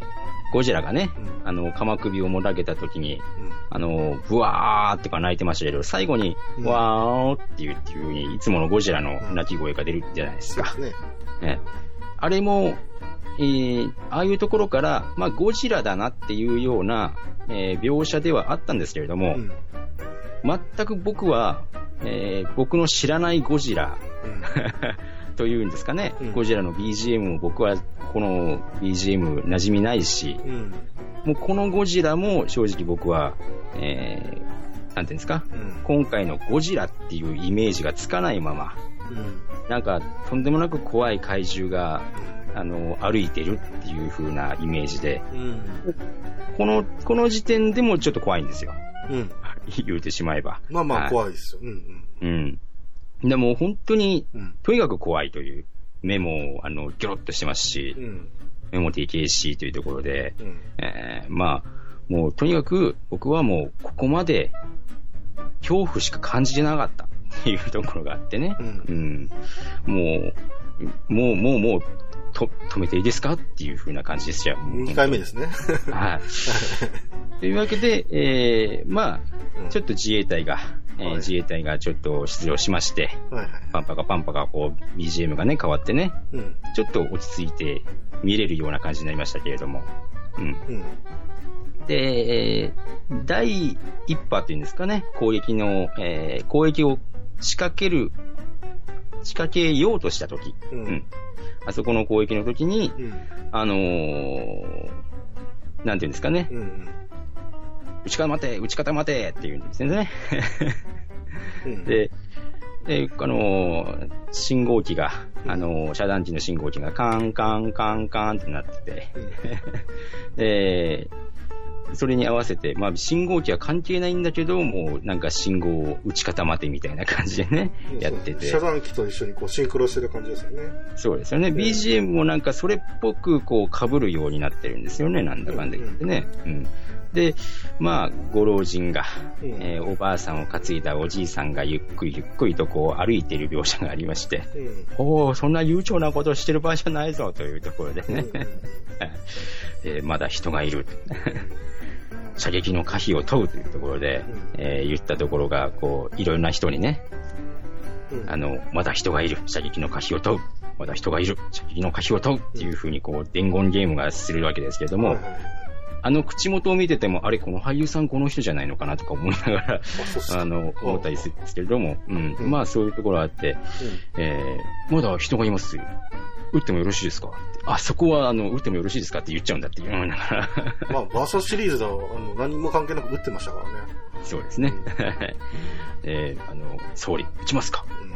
Speaker 1: ゴジラがね、うん、あの、鎌首をもらげた時に、うん、あの、ブワーってか泣いてましたけど、最後に、うん、ワーっていうっていう風に、いつものゴジラの鳴き声が出るじゃないですか。うん、そうですね。ね、あれも、えー、ああいうところから、まあ、ゴジラだなっていうような、えー、描写ではあったんですけれども、うん、全く僕は、えー、僕の知らないゴジラ、うん、というんですかね、うん、ゴジラの ビージーエム も僕はこの ビージーエム 馴染みないし、うん、もうこのゴジラも正直僕は、えー、なんていうんですか、うん、今回のゴジラっていうイメージがつかないまま、うん、なんかとんでもなく怖い怪獣が、あの歩いてるっていう風なイメージで、うん、このこの時点でもちょっと怖いんですよ。うん、言うてしまえば。
Speaker 2: まあまあ怖いですよ。うんうん。
Speaker 1: うん。でも本当に、うん、とにかく怖いという、目もあのギョロッとしてますし、うん、目もでけえしというところで、うんえー、まあもうとにかく僕はもうここまで恐怖しか感じてなかったっていうところがあってね。うんうん、もうもうもうもうと止めていいですかっていう風な感じですよ。
Speaker 2: にかいめですね。
Speaker 1: はい。というわけで、えー、まあ、うん、ちょっと自衛隊が、えーはい、自衛隊がちょっと出動しまして、はいはい、パンパカパンパカこう ビージーエム がね変わってね、うん、ちょっと落ち着いて見れるような感じになりましたけれども、うん。うん、で、えー、第一波というんですかね、攻撃の、えー、攻撃を仕掛ける仕掛けようとしたとき、うんうん、あそこの攻撃のときに、うん、あのー、なんていうんですかね、うんうん、打ち方待て、打ち方待てって言うんですね。うん、で、で、あのー、信号機が、あのー、遮断機の信号機がカンカンカンカンってなってて、うん、で、それに合わせて、まあ、信号機は関係ないんだけど、もうなんか信号を打ち方待てみたいな感じでね、やってて。
Speaker 2: 遮断機と一緒にこうシンクロしてる感じですよね。
Speaker 1: そうですよね。うん、ビージーエム もなんかそれっぽくこう被るようになってるんですよね、なんだかんだ言ってね。うん、うんうん、で、まあ、ご老人が、うんえー、おばあさんを担いだおじいさんがゆっくりゆっくりとこう歩いている描写がありまして、うん、おー、そんな悠長なことをしてる場合じゃないぞというところでね、うんえー、まだ人がいる。射撃の可否を問うというところで、うんえー、言ったところが、こう、いろいろな人にね、うん、あの、まだ人がいる、射撃の可否を問う、まだ人がいる、射撃の可否を問うっていう風に、こう、伝言ゲームがするわけですけれども、うん、あの口元を見てても、あれ、この俳優さんこの人じゃないのかなとか思いながら、あの、思ったりするんですけれども、うん、うん、まあ、そういうところがあって、うんえー、まだ人がいます。撃ってもよろしいですか？あ、そこは、あの、撃ってもよろしいですかって言っちゃうんだって言いながら。
Speaker 2: まあ、バーサスシリーズだ、あの、何も関係なく撃ってましたからね。
Speaker 1: そうですね。うん、えー、あの、総理、撃ちますか？うん、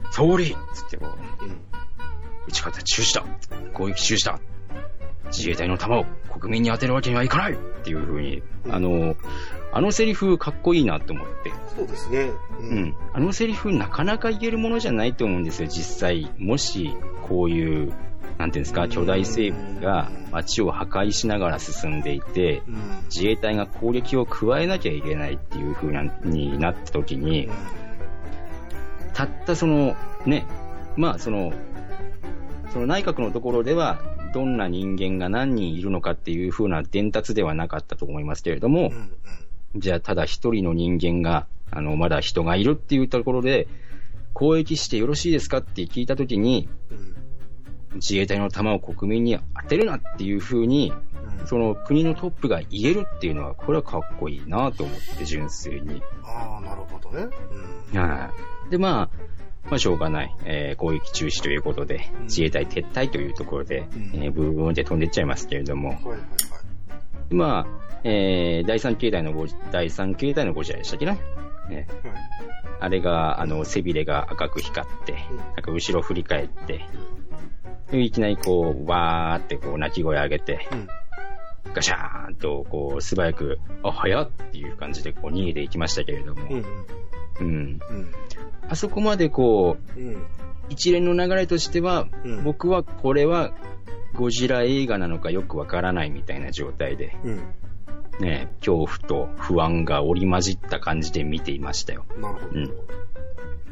Speaker 1: 総理つってこう、うん、撃ち方中止だ！攻撃中止だ！自衛隊の弾を国民に当てるわけにはいかないっていう風に、うん、あの、あのセリフかっこいいなと思って。
Speaker 2: そうですね。
Speaker 1: うん。うん、あのセリフなかなか言えるものじゃないと思うんですよ、実際。もし、こういう、なんていうんですか、巨大生物が街を破壊しながら進んでいて、うん、自衛隊が攻撃を加えなきゃいけないっていう風になった時に、うん、たったその、ね、まあその、その内閣のところでは、どんな人間が何人いるのかっていう風な伝達ではなかったと思いますけれども、うんうん、じゃあただ一人の人間が、あの、まだ人がいるっていうところで、攻撃してよろしいですかって聞いたときに、うん、自衛隊の弾を国民に当てるなっていう風に、うん、その国のトップが言えるっていうのは、これはかっこいいなと思って、純粋に。
Speaker 2: ああ、なるほどね。
Speaker 1: うん、はい。で、まあ、まあ、しょうがない、えー、攻撃中止ということで、うん、自衛隊撤退というところで、うんえー、ブーンで飛んでっちゃいますけれども、はいはいはい、まあ、えー、第三形態のゴジ、第三形態のゴジラでしたっけね。ねはい、あれが、あの、背びれが赤く光って、うん、なんか後ろ振り返って、うん、いきなりこう、わーってこう、鳴き声上げて、うん、ガシャーンと、こう、素早く、あ、早っっていう感じでこう、逃げていきましたけれども、うん。うんうんあそこまでこう、うん、一連の流れとしては、うん、僕はこれはゴジラ映画なのかよくわからないみたいな状態で、うんね、恐怖と不安が織り交じった感じで見ていましたよ。
Speaker 2: なるほど。うん、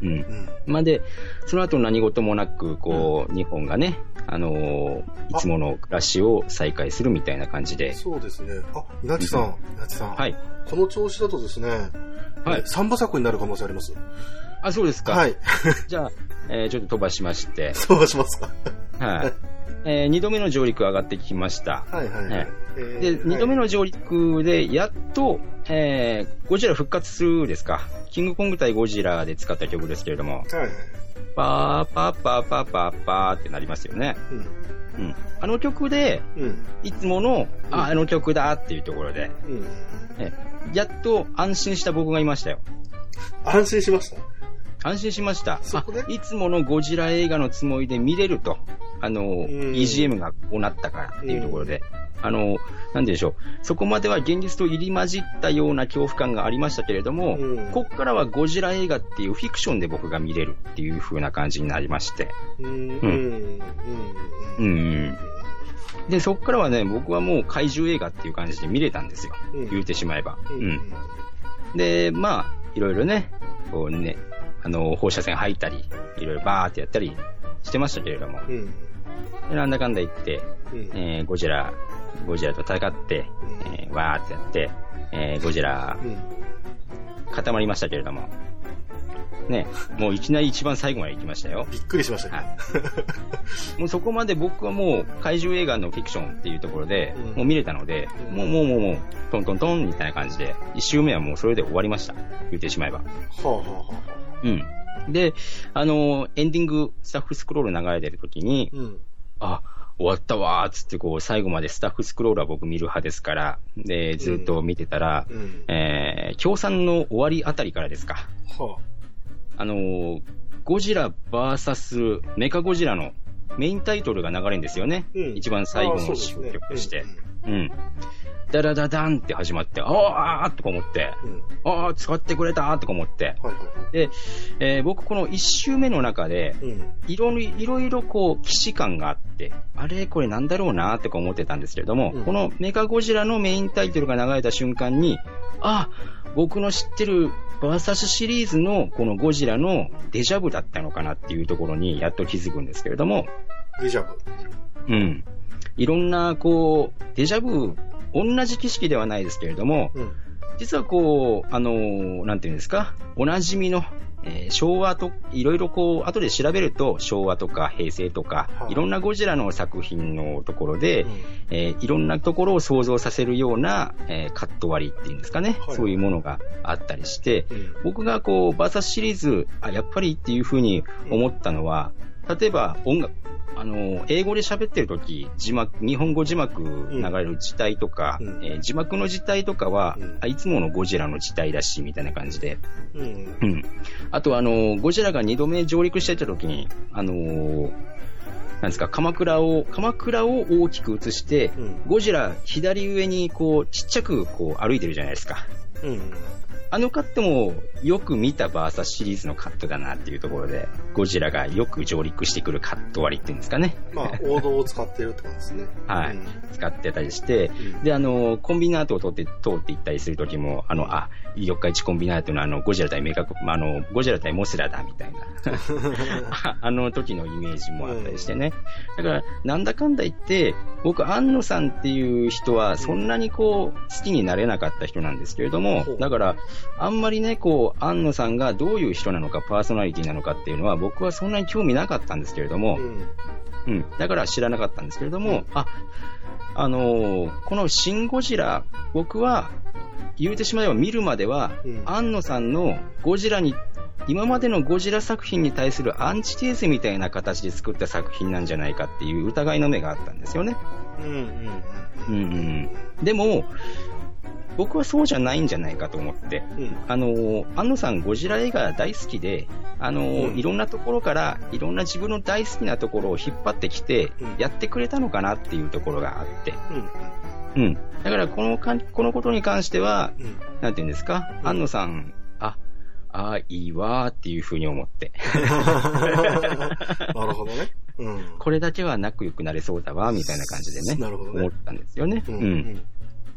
Speaker 1: うん。うん、まあ、で、その後何事もなく、こう、うん、日本がね、あのー、いつもの暮らしを再開するみたいな感じで。
Speaker 2: そうですね。あ、稲地さん、稲地さん。
Speaker 1: はい。
Speaker 2: この調子だとですね、はい。三部作になる可能性あります。
Speaker 1: あ、そうですか。
Speaker 2: はい。
Speaker 1: じゃあ、えー、ちょっと飛ばしまして。
Speaker 2: 飛ばしますか。
Speaker 1: はい。えー、二度目の上陸上がってきました。
Speaker 2: はいはいはい。
Speaker 1: えー、で、二度目の上陸で、やっと、えー、ゴジラ復活するですか。キングコング対ゴジラで使った曲ですけれども。はいはい。パーパーパーパーパーパーってなりますよね。うん。うん。あの曲で、うん、いつもの、うん、あ、あの曲だっていうところで、うん、えやっと安心した僕がいましたよ。
Speaker 2: 安心しました？
Speaker 1: 安心しました。あ、いつものゴジラ映画のつもりで見れると。あの、イージーエム がこうなったからっていうところで、あの、なんでしょう。そこまでは現実と入り混じったような恐怖感がありましたけれども、こっからはゴジラ映画っていうフィクションで僕が見れるっていう風な感じになりまして。うん。うん。で、そこからはね、僕はもう怪獣映画っていう感じで見れたんですよ。言うてしまえば。うん。で、まあ、いろいろね、こうね、あの、放射線吐いたり、いろいろバーってやったりしてましたけれども、うん、でなんだかんだ言って、うん、えー、ゴジラ、ゴジラと戦って、うん、えー、わーってやって、えー、ゴジラ、うん、固まりましたけれども、ね、もういきなり一番最後まで行きましたよ。
Speaker 2: びっくりしましたね。はい、
Speaker 1: もうそこまで僕はもう怪獣映画のフィクションっていうところで、うん、もう見れたので、うん、もうもうもうもう、トントントンみたいな感じで、一周目はもうそれで終わりました。言ってしまえば。はあはあはあ。うん。で、あの、エンディング、スタッフスクロール流れてる時に、うん、あ、終わったわーっつってこう、最後までスタッフスクロールは僕見る派ですから、で、ずっと見てたら、うん、えー、共産の終わりあたりからですか。はあ、あの、ゴジラ ブイエス メカゴジラのメインタイトルが流れるんですよね。うん、一番最後の終曲として。うん、うん。ダラダダンって始まって、あーとか思って、うん、あー使ってくれたとか思って、はいはい、で、えー、僕この一周目の中で、うん、いろいろいろこう、既視感があって、あれこれなんだろうなとか思ってたんですけれども、うん、このメカゴジラのメインタイトルが流れた瞬間に、あ、僕の知ってるバーサスシリーズのこのゴジラのデジャブだったのかなっていうところにやっと気づくんですけれども、
Speaker 2: デジャブ？
Speaker 1: うん。いろんなこう、デジャブ、同じ景色ではないですけれども、うん、実はこう、あのー、なんていうんですか、おなじみの、えー、昭和と、いろいろこう、後で調べると、昭和とか平成とか、はあ、いろんなゴジラの作品のところで、うん、えー、いろんなところを想像させるような、えー、カット割りっていうんですかね、はい、そういうものがあったりして、うん、僕がこう、バーサスシリーズ、あ、やっぱりっていうふうに思ったのは、うん、例えば音楽、あの、英語で喋ってるとき、字幕、日本語字幕流れる字体とか、うん、えー、字幕の字体とかは、うん、あ、いつものゴジラの字体だし、みたいな感じで。うん。うん。あと、あの、ゴジラが二度目上陸してたときに、あのー、なんですか、鎌倉を、鎌倉を大きく映して、うん、ゴジラ左上にこう、ちっちゃくこう歩いてるじゃないですか。うん。あのカットもよく見たバーサスシリーズのカットだなっていうところで、ゴジラがよく上陸してくるカット割りっていうんですかね。
Speaker 2: まあ、王道を使ってるってことですね。
Speaker 1: はい、うん。使ってたりして、うん、で、あの、コンビナートを通って、通っていったりするときも、あの、あ、四日市コンビナートのあの、ゴジラ対メカ、あの、ゴジラ対モスラだみたいな。あの時のイメージもあったりしてね。だから、なんだかんだ言って、僕、安野さんっていう人は、そんなにこう、好きになれなかった人なんですけれども、だから、あんまりね、こう、安野さんがどういう人なのか、パーソナリティなのかっていうのは、僕はそんなに興味なかったんですけれども、うん。うん、だから知らなかったんですけれども、うん、あ、あのー、このシン・ゴジラ、僕は、言うてしまえば見るまでは、うん、安野さんのゴジラに、今までのゴジラ作品に対するアンチテーゼみたいな形で作った作品なんじゃないかっていう疑いの目があったんですよね。うんうん。うんうん。でも、僕はそうじゃないんじゃないかと思って、うん、あの、安野さんゴジラ映画大好きで、あの、うん、いろんなところから、いろんな自分の大好きなところを引っ張ってきて、うん、やってくれたのかなっていうところがあって、うん。うん。だからこのか、このことに関しては、うん、なんていうんですか、うん、安野さん、あ、あ、いいわーっていうふうに思って。
Speaker 2: なるほどね。うん。
Speaker 1: これだけは仲良くなれそうだわ、みたいな感じでね。なるほどね。思ったんですよね。うん。うん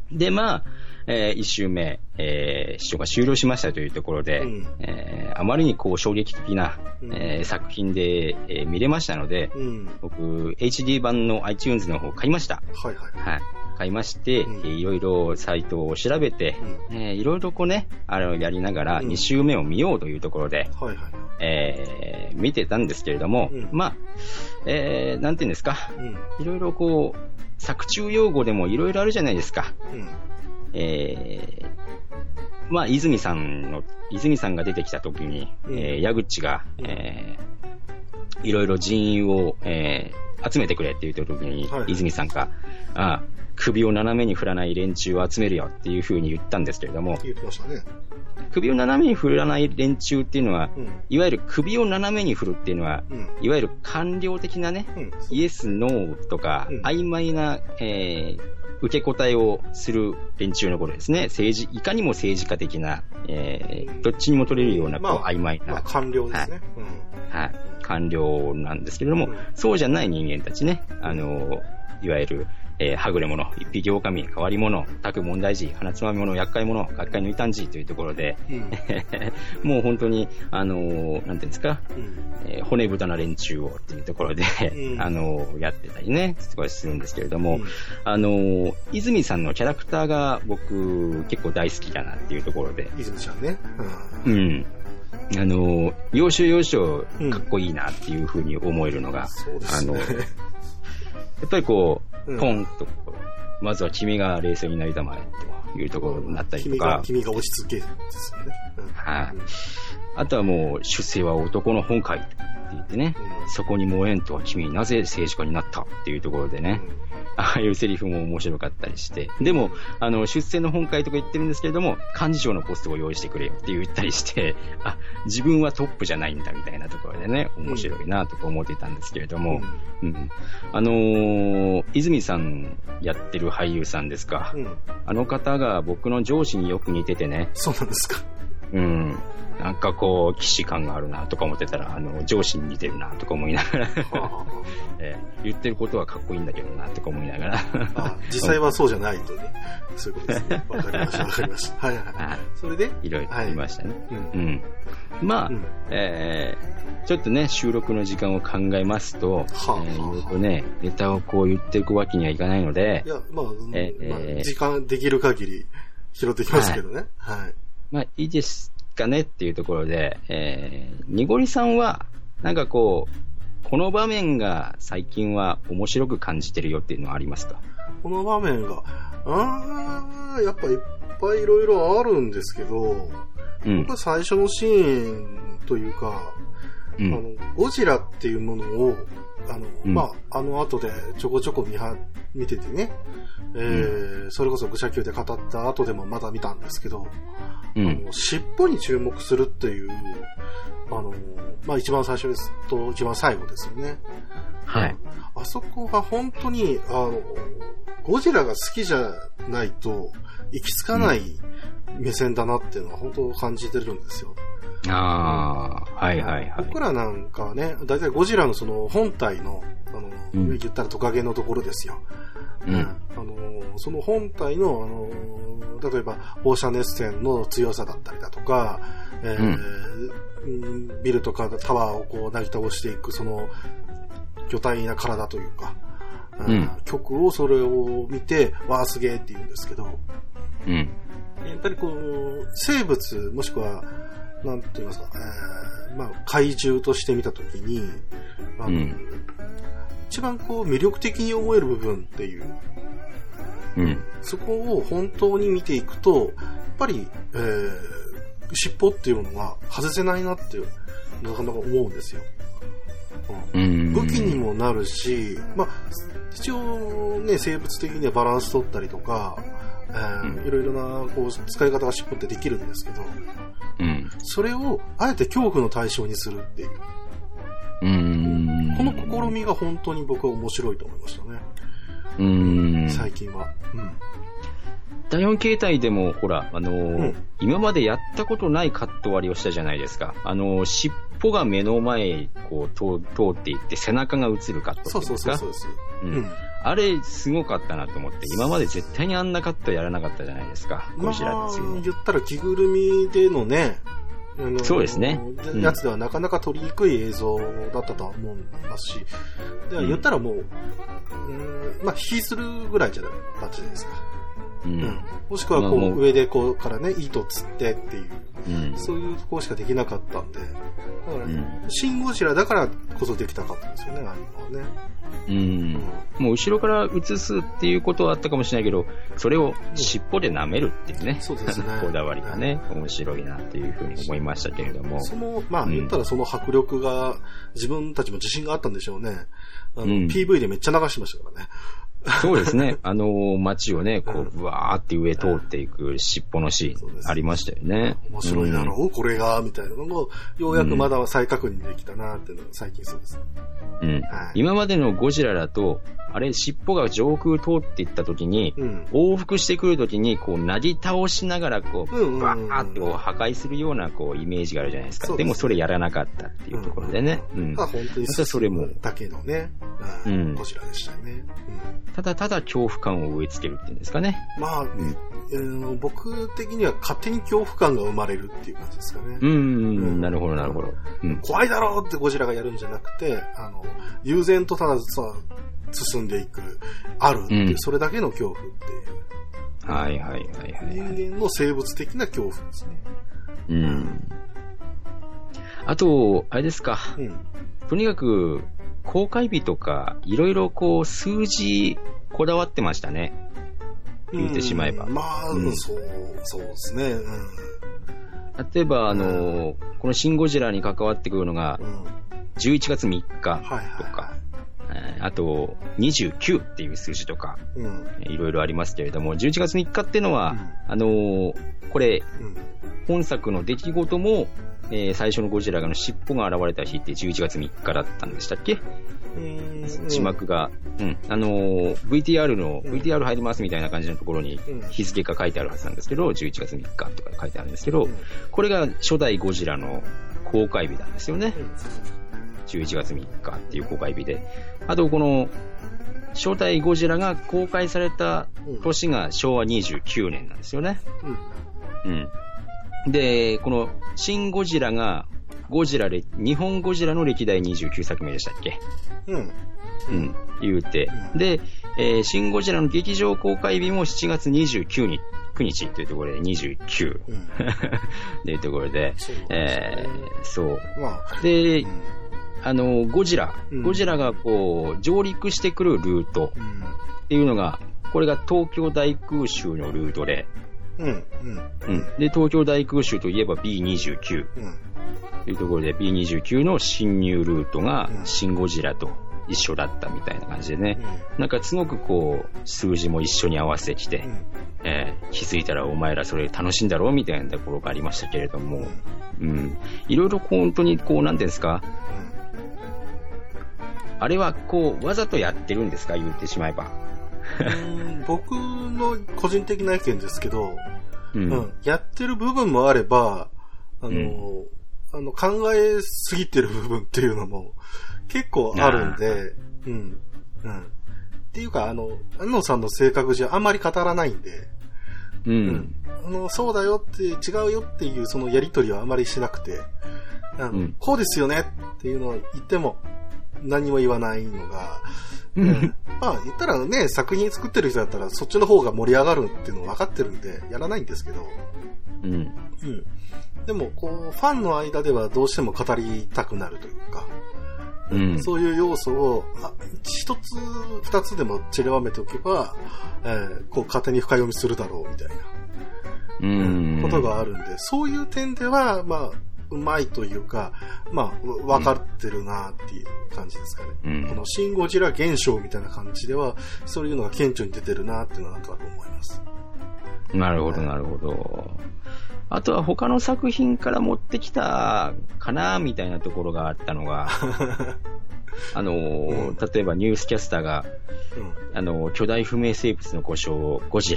Speaker 1: で、まあ、えー、一周目、えー、視聴が終了しましたというところで、うん、えー、あまりにこう衝撃的な、うん、えー、作品で、えー、見れましたので、うん、僕、エイチディー 版の iTunes の方を買いました。
Speaker 2: はいはい。
Speaker 1: はい。買いまして、うん、いろいろサイトを調べて、うん、えー、いろいろこうね、あの、やりながらに周目を見ようというところで、うん、はいはい。えー、見てたんですけれども、うん、まあ、えー、なんていうんですか、いろいろこう、作中用語でもいろいろあるじゃないですか。うん、えー、まあ、泉さんの、泉さんが出てきた時に、うん、えー、矢口が、えー、いろいろ人員を、えー、集めてくれって言った時に、はい、泉さんが、ああ、首を斜めに振らない連中を集めるよっていう風に言ったんですけれども、
Speaker 2: 言ってましたね。
Speaker 1: 首を斜めに振らない連中っていうのは、うん、いわゆる首を斜めに振るっていうのは、うん、いわゆる官僚的なね、うん、イエス、ノーとか、うん、曖昧な、えー、受け答えをする連中のことですね。政治、いかにも政治家的な、えー、どっちにも取れるような、こう、まあ、曖昧な。
Speaker 2: まあ、官僚ですね。
Speaker 1: はい。はい、官僚なんですけれども、うん、そうじゃない人間たちね、あの、いわゆる、えー、はぐれ者、一匹狼、変わり者、宅問題児、鼻つまみ者、厄介者、学会の異端児というところで、うん、もう本当に、あのー、なんていうんですか、うん、えー、骨太な連中をっていうところで、うん、あのー、やってたりね、少しするんですけれども、うん、あのー、泉さんのキャラクターが僕結構大好きだなっていうところで。
Speaker 2: 泉ちゃんね。
Speaker 1: うん。うんあの、要所要所かっこいいなっていう風に思えるのが、
Speaker 2: うん、あの、
Speaker 1: やっぱりこう、ポンと、まずは君が冷静になりたまえというところになったりとか。
Speaker 2: 君が、君が落ち着けですよね。
Speaker 1: はい、うん。あとはもう、出世は男の本会って言ってね、うん、そこに燃えんと君なぜ政治家になったっていうところでね、うんああいうセリフも面白かったりして。でも、あの、出世の本会とか言ってるんですけれども、幹事長のポストを用意してくれよって言ったりして、あ、自分はトップじゃないんだみたいなところでね、面白いなとか思っていたんですけれども、うん。うん、あのー、泉さんやってる俳優さんですか。うん、あの方が僕の上司によく似ててね。
Speaker 2: そうなんですか。
Speaker 1: うん。なんかこう、騎士感があるなとか思ってたら、あの、上司に似てるなとか思いながら、えー、言ってることはかっこいいんだけどなとか思いながら。
Speaker 2: あ実際はそうじゃないとね。そういうことですね。わかりました、わかりました。はいはいはい。それで
Speaker 1: いろいろ言いましたね。はい、うん。まあ、うん、えー、ちょっとね、収録の時間を考えますと、はあえー、いろいろとね、ネタをこう言っていくわけにはいかないので、
Speaker 2: いや、まあ、えーまあ、時間できる限り拾ってきますけどね。はい。はい、
Speaker 1: まあ、いいです。かねっていうところで、えー、にごりさんはなんかこうこの場面が最近は面白く感じてるよっていうのはありますか？
Speaker 2: この場面があーやっぱいっぱいいろいろあるんですけど、うん、僕は最初のシーンというか、うん、あのゴジラっていうものをあの、うん、まああの後でちょこちょこ見は見ててね、えーうん、それこそ愚者級で語った後でもまだ見たんですけど。うん、あの尻尾に注目するっていう、あの、まあ、一番最初ですと一番最後ですよね。
Speaker 1: はい。
Speaker 2: あそこが本当に、あの、ゴジラが好きじゃないと行き着かない目線だなっていうのは本当感じてるんですよ。
Speaker 1: うん、ああ、はいはいはい。
Speaker 2: 僕らなんかはね、だいたいゴジラのその本体の、あの、うん、言ったらトカゲのところですよ。うん、あのその本体の、あの例えば放射熱線の強さだったりだとか、えーうん、ビルとかタワーをこうなぎ倒していくその巨大な体というか、うん、曲をそれを見てわーすげーって言うんですけど、うん、やっぱりこう生物もしくはなんて言いますか、えーまあ、怪獣として見たときにあの、うん一番こう魅力的に思える部分っていう、うん、そこを本当に見ていくとやっぱり、えー、尻尾っていうものが外せないなってなかなか思うんですよ、うんうん、武器にもなるし、まあ、一応ね生物的にはバランス取ったりとか、えーうん、いろいろなこう使い方が尻尾ってできるんですけど、うん、それをあえて恐怖の対象にするっていううーんこの試みが本当に僕は面白いと思いましたね。うーん最近は、うん、
Speaker 1: だいよん形態でも、ほら、あのーうん、今までやったことないカット割りをしたじゃないですか。あのー、尻尾が目の前こう通っていって背中が映るカットっていうんですか。そうそうそうそうです。うん。あれ、すごかったなと思って、今まで絶対にあんなカットやらなかったじゃないですか。ゴジラですよ。
Speaker 2: まあ、言ったら着ぐるみでのね、
Speaker 1: あのそうですね。
Speaker 2: やつではなかなか撮りにくい映像だったとは思いますし、で言ったらもう、うん、まあ、引きするぐらいじゃなかったじゃないですか。うんうん、もしくはこう、まあ、上でこうからね、糸を釣ってっていう、うん、そういうところしかできなかったんで、だから、うん、シン・ゴジラだからこそできたかったんですよね、ああいうのはね。
Speaker 1: うん、うん、もう後ろから映すっていうことはあったかもしれないけど、それを尻尾で舐めるっていうね、うん、そうですねこだわりがね、面白いなっていうふうに思いましたけれども。
Speaker 2: その、まあ、言ったらその迫力が、自分たちも自信があったんでしょうね。あの、うん、ピーブイ でめっちゃ流してましたからね。
Speaker 1: そうですね。あのー、街をね、こう、ぶわーって上通っていく尻尾のシーンありましたよね。
Speaker 2: 面白いだろう、うん、これが、みたいなのも、ようやくまだ再確認できたなっていうのが最近そうです。
Speaker 1: うん。はい、今までのゴジラだと、あれ、尻尾が上空通っていった時に、うん、往復してくる時に、こう、なぎ倒しながら、こう、うんうんうん、バーってこう破壊するような、こう、イメージがあるじゃないですか。で, でもそれやらなかったっていうところでね。うん。うん、
Speaker 2: 本当にそれも。だけのね、うん、ゴジラでしたよね。
Speaker 1: うん、ただただ恐怖感を植え付けるっていうんですかね。
Speaker 2: まあ、うんえー、僕的には勝手に恐怖感が生まれるっていう感じですかね。
Speaker 1: うん、うん、なるほど、なるほど、うん。怖
Speaker 2: いだろうってゴジラがやるんじゃなくて、あの、悠然とたださ、進んでいく、あるっていう、うん、それだけの恐怖っていう。
Speaker 1: はいはいはいはい、はい。
Speaker 2: 人間の生物的な恐怖ですね。
Speaker 1: うん。あと、あれですか。うん、とにかく、公開日とか、いろいろこう、数字、こだわってましたね。言ってしまえば。
Speaker 2: まあ、うん、そう、そうですね。うん、
Speaker 1: 例えば、あの、うん、このシン・ゴジラに関わってくるのが、じゅういちがつみっかとか、はいはいはい、あと、にじゅうきゅうっていう数字とか、うん、いろいろありますけれども、じゅういちがつみっかっていうのは、うん、あの、これ、うん、本作の出来事も、えー、最初のゴジラの尻尾が現れた日ってじゅういちがつみっかだったんでしたっけ？字幕が、うん、あのー、ブイティーアール の、うん、ブイティーアール 入りますみたいな感じのところに日付が書いてあるはずなんですけど、じゅういちがつみっかとか書いてあるんですけど、うん、これが初代ゴジラの公開日なんですよね。うん、じゅういちがつみっかっていう公開日で。あと、この、初代ゴジラが公開された年がしょうわにじゅうきゅうねんなんですよね。うん。うん、で、この、シン・ゴジラが、ゴジラで、日本ゴジラの歴代にじゅうきゅうさくめでしたっけ？うん。うん。言うて。うん、で、えー、シン・ゴジラの劇場公開日もしちがつにじゅうくにちというところでにじゅうきゅう。うん、というところで、えー、そう。まあ、で、うん、あの、ゴジラ、うん、ゴジラがこう、上陸してくるルートっていうのが、これが東京大空襲のルートで、うんうんうん、で、東京大空襲といえば ビーにじゅうきゅう、うん、というところで ビーにじゅうきゅう の侵入ルートがシン・ゴジラと一緒だったみたいな感じでね、うん、なんかすごくこう数字も一緒に合わせてきて、うんえー、気づいたらお前らそれ楽しんだろうみたいなところがありましたけれども、うん、いろいろ本当にこうなんていうんですか、うん、あれはこうわざとやってるんですか、言ってしまえば。
Speaker 2: うん僕の個人的な意見ですけど、うんうん、やってる部分もあれば、あの、うん、あの考えすぎてる部分っていうのも結構あるんで、うん、うん。っていうか、あの、安野さんの性格じゃあんまり語らないんで、うん、うん。あの、そうだよって、違うよっていうそのやりとりはあまりしなくて、あの、うん、こうですよねっていうのを言っても何も言わないのが、うん、まあ言ったらね、作品作ってる人だったらそっちの方が盛り上がるっていうの分かってるんでやらないんですけど、うん、うん、でもこうファンの間ではどうしても語りたくなるというか、うん、そういう要素を一つ二つでも散りばめておけば、えー、こう勝手に深読みするだろうみたいな、うん、ことがあるんで、そういう点ではまあうまいというか、まあ、分かってるなっていう感じですかね。うん、このシン・ゴジラ現象みたいな感じでは、そういうのが顕著に出てるなっていうのはなんとなく思います。
Speaker 1: なるほど、なるほど。あとは他の作品から持ってきたかなみたいなところがあったのが、あの、うん、例えばニュースキャスターが、うん、あの、巨大不明生物の呼称をゴジラ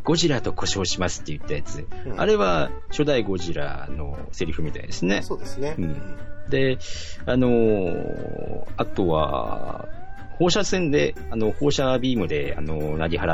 Speaker 1: ゴジラと呼称しますって言ったやつ。うん、あれは初代ゴジラのセリフみたいですね。
Speaker 2: そうですね。うん、
Speaker 1: で、あのー、あとは、放射線で、あの、放射ビームで、あの、なぎ払って、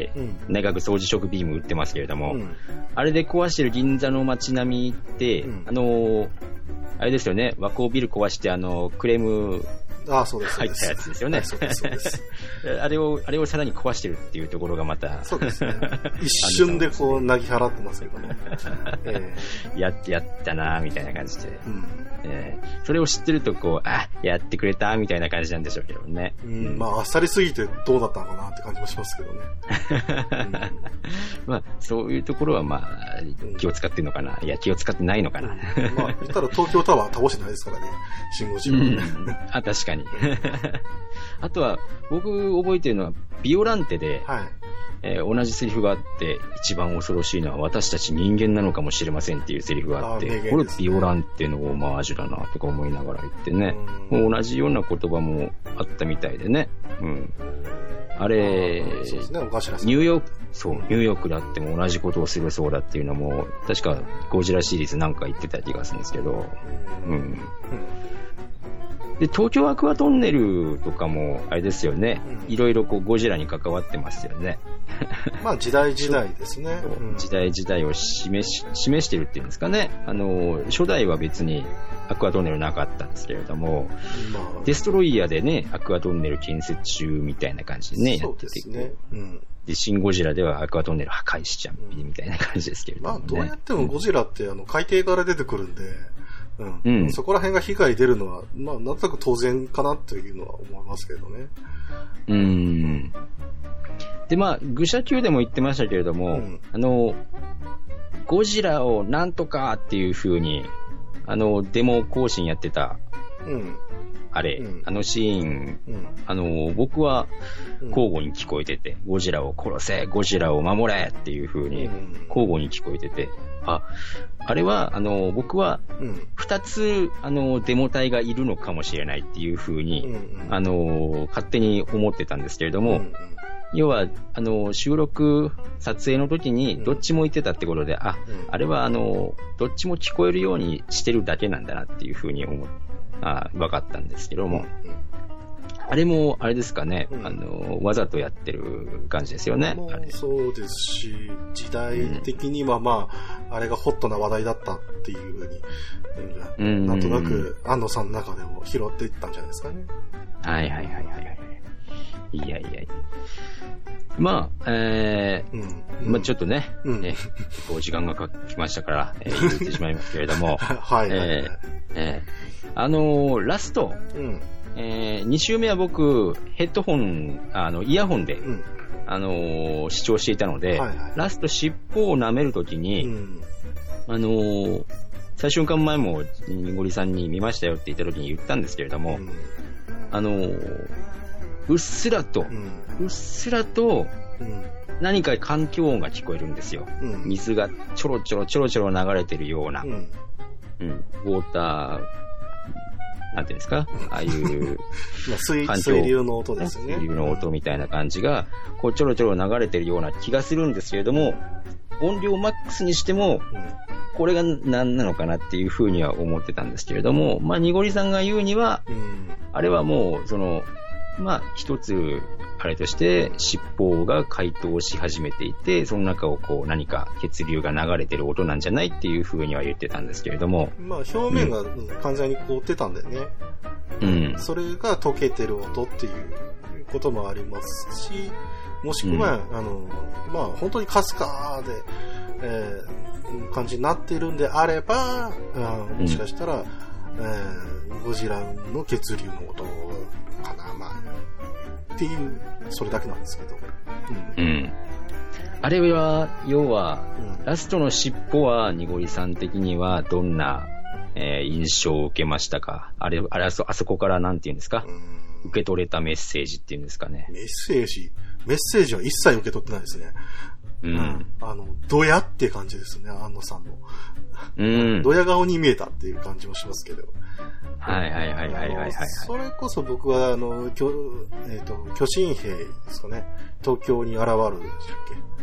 Speaker 1: うん、内閣掃除食ビーム撃ってますけれども、うん、あれで壊してる銀座の街並みって、うん、あの、あれですよね、和光ビル壊して、あの、クレーム、
Speaker 2: ああ、そうです。
Speaker 1: 入ったやつですよね。そうです、そうです。あれを、あれをさらに壊してるっていうところがまた。
Speaker 2: そうですね。一瞬でこう、なぎ払ってますけどね。
Speaker 1: えー、やって、やったなみたいな感じで。うんえー。それを知ってると、こう、あ、やってくれたみたいな感じなんでしょうけどね。
Speaker 2: うん、まあ、あっさりすぎてどうだったのかなって感じもしますけどね。
Speaker 1: うん、まあ、そういうところは、まあ、気を使ってるのかな。いや、気を使ってないのかな。うん、
Speaker 2: まあ、言ったら東京タワー倒してないですからね。シンゴジラはね。
Speaker 1: うん、あ、確かに。あとは、僕覚えてるのは、ビオランテで、はいえー、同じセリフがあって、一番恐ろしいのは私たち人間なのかもしれませんっていうセリフがあって、ね、これビオランテのオマージュだなとか思いながら言ってね、もう同じような言葉もあったみたいでね。うん、あれ、
Speaker 2: そうですね、おかしら
Speaker 1: ニューヨーク、そう、ニューヨークだっても同じことをするそうだっていうのも、確かゴジラシリーズなんか言ってた気がするんですけど、うん。うんで、東京アクアトンネルとかも、あれですよね。うん、いろいろこうゴジラに関わってますよね。
Speaker 2: まあ時代時代ですね。
Speaker 1: うん、時代時代を示し、示してるっていうんですかね。あの、初代は別にアクアトンネルなかったんですけれども、まあ、デストロイヤーでね、アクアトンネル建設中みたいな感じでね、
Speaker 2: そうですね。
Speaker 1: やってて、うん、で、シンゴジラではアクアトンネル破壊しちゃうみたいな感じですけれども、ね。
Speaker 2: まあどうやってもゴジラってあの海底から出てくるんで、うんうん、そこら辺が被害出るのは、まあ、なんとなく当然かなというのは思いますけどね。
Speaker 1: うーん。で、まあ、愚者級でも言ってましたけれども、うん、あの、ゴジラをなんとかっていう風に、あの、デモ更新やってた、うん、あれ、うん、あのシーン、うん、あの、僕は交互に聞こえてて、ゴジラを殺せ、ゴジラを守れっていう風に交互に聞こえてて、あ、あれは、あの、僕は、二つ、あの、デモ隊がいるのかもしれないっていう風に、うんうん、あの、勝手に思ってたんですけれども、うんうん、要は、あの、収録、撮影の時に、どっちも言ってたってことで、うん、あ、あれは、あの、どっちも聞こえるようにしてるだけなんだなっていう風に思っ、あ、分かったんですけども、うんうんあれも、あれですかね、うん、あの、わざとやってる感じですよね。
Speaker 2: あれそうですし、時代的にはまあ、うん、あれがホットな話題だったっていうふうに、うん、なんとなく、安野さんの中でも拾っていったんじゃないですかね。
Speaker 1: はいはいはいはいはい。いやいやいや。まあ、えー、うん、まあちょっとね、うん、えー、こう時間が来ましたから、えー、言ってしまいますけれども、
Speaker 2: はい、はい、
Speaker 1: えーえー、あのー、ラスト、うんえー、に週目は僕、ヘッドホン、あの、イヤホンで、うん、あのー、視聴していたので、はいはい、ラスト尻尾を舐めるときに、うん、あのー、最終巻前も、にごりさんに見ましたよって言ったときに言ったんですけれども、うん、あのー、うっすらと、うん、うっすらと、うん、何か環境音が聞こえるんですよ。うん、水がちょろちょろちょろちょろ流れてるような、うんうん、ウォーター、なんていうんですかああいう
Speaker 2: 水、水流の音ですね。
Speaker 1: 水流の音みたいな感じが、こうちょろちょろ流れてるような気がするんですけれども、音量マックスにしても、これが何なのかなっていうふうには思ってたんですけれども、まあ、にごりさんが言うには、うん、あれはもう、その、まあ、一つ、あれとして、尻尾が解凍し始めていて、その中をこう、何か血流が流れてる音なんじゃないっていうふうには言ってたんですけれども。
Speaker 2: まあ、表面が完全に凍ってたんだよね。うん。それが溶けてる音っていうこともありますし、もしくは、うん、あの、まあ、本当にかすかで、えー、感じになっているんであれば、あもしかしたら、うんえー、ゴジラの血流の音かな、まあ、っていう、それだけなんですけど。
Speaker 1: うん。うん、あれは、要は、うん、ラストの尻尾は、にごりさん的には、どんな、えー、印象を受けましたか？あれ、あれ、あそ、あそこからなんて言うんですか？うん、受け取れたメッセージっていうんですかね。
Speaker 2: メッセージメッセージは一切受け取ってないですね。うん。あの、ドヤって感じですね、安野さんの。うん。ドヤ顔に見えたっていう感じもしますけど。
Speaker 1: はいはいはいはいはいはい。
Speaker 2: それこそ僕は、あの、きょえっと、巨神兵ですかね。東京に現るでしたっけ。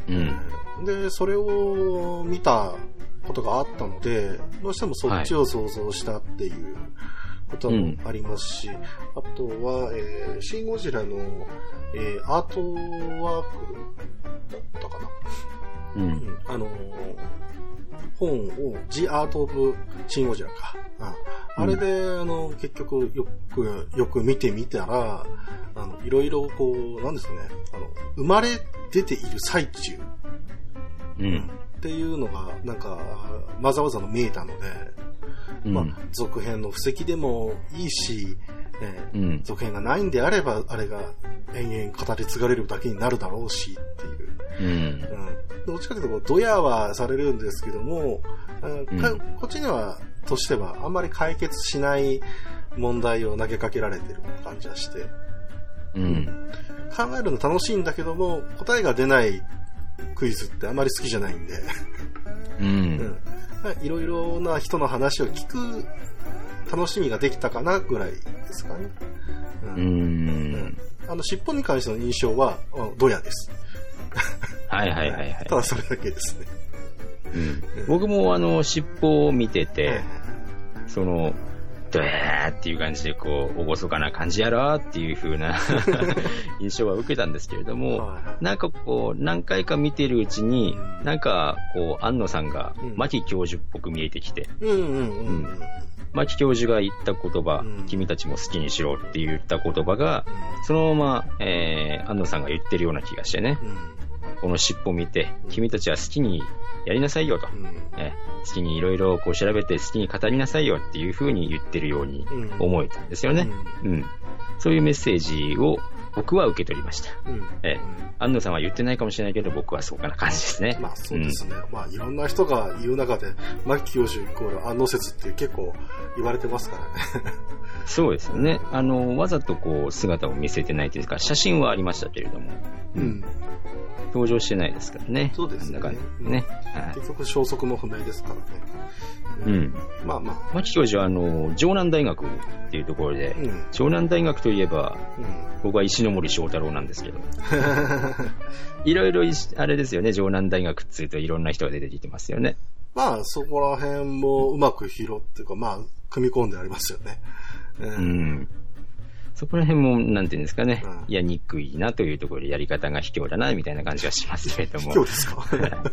Speaker 1: うん。
Speaker 2: で、それを見たことがあったので、どうしてもそっちを想像したっていうこともありますし、はい、あとは、えー、シン・ゴジラの、えー、アートワークだったかな。
Speaker 1: うん。うん、
Speaker 2: あのー、本を、The Art of シン・ゴジラか。あ, あれで、うん、あの、結局、よく、よく見てみたら、あの、いろいろこう、なんですかね、あの、生まれ出ている最中。
Speaker 1: うん。
Speaker 2: っていうのが、なんか、わざわざの見えたので、うん、まあ、続編の布石でもいいし、えーうん、続編がないんであれば、あれが延々語り継がれるだけになるだろうしっていう。
Speaker 1: うんうん、
Speaker 2: どっちかというと、ドヤはされるんですけども、うん、こっちには、としては、あんまり解決しない問題を投げかけられてる感じがして、
Speaker 1: うん、
Speaker 2: 考えるの楽しいんだけども、答えが出ないクイズってあんまり好きじゃないんで、
Speaker 1: うん、
Speaker 2: いろいろな人の話を聞く楽しみができたかなぐらいですかね。
Speaker 1: うんうん、
Speaker 2: あの尻尾に関しての印象はドヤです。
Speaker 1: はいはいはいはい。
Speaker 2: ただそれだけですね。
Speaker 1: うん、僕もあの尻尾を見てて、そのドヤーっていう感じでこう厳かな感じやろっていう風な印象は受けたんですけれども、なんかこう何回か見てるうちに、なんかこう安野さんが牧教授っぽく見えてきて、牧教授が言った言葉、うん、君たちも好きにしろって言った言葉が、うん、そのまま、えー、安野さんが言ってるような気がしてね、うん、この尻尾を見て、うん、君たちは好きにやりなさいよと、うんえー、好きにいろいろこう調べて好きに語りなさいよっていう風に言ってるように思えたんですよね、うんうん、そういうメッセージを僕は受け取りました、うんえー、安野さんは言ってないかもしれないけど僕はそうかな感じですね。
Speaker 2: まあそうですね、うん、まあいろんな人が言う中で牧教授イコール安野説って結構言われてますからね。
Speaker 1: そうですよね。あのわざとこう姿を見せてないというか、写真はありましたけれども、うん、登場してないですからね。
Speaker 2: そうですね。
Speaker 1: ね、
Speaker 2: うんはい、結局消息も不明ですからね。
Speaker 1: うん。
Speaker 2: まあまあ。
Speaker 1: 牧教授はあの城南大学っていうところで、うん、城南大学といえば、うん、僕は石ノ森章太郎なんですけど、いろいろあれですよね。城南大学っていうといろんな人が出てきてますよね。
Speaker 2: まあそこら辺もうまく拾っていうか、まあ組み込んでありますよね。
Speaker 1: うん。うんそこら辺も、なんていうんですかね、うん、やりにくいなというところでやり方が卑怯だな、みたいな感じがしますけれども。
Speaker 2: 卑怯ですか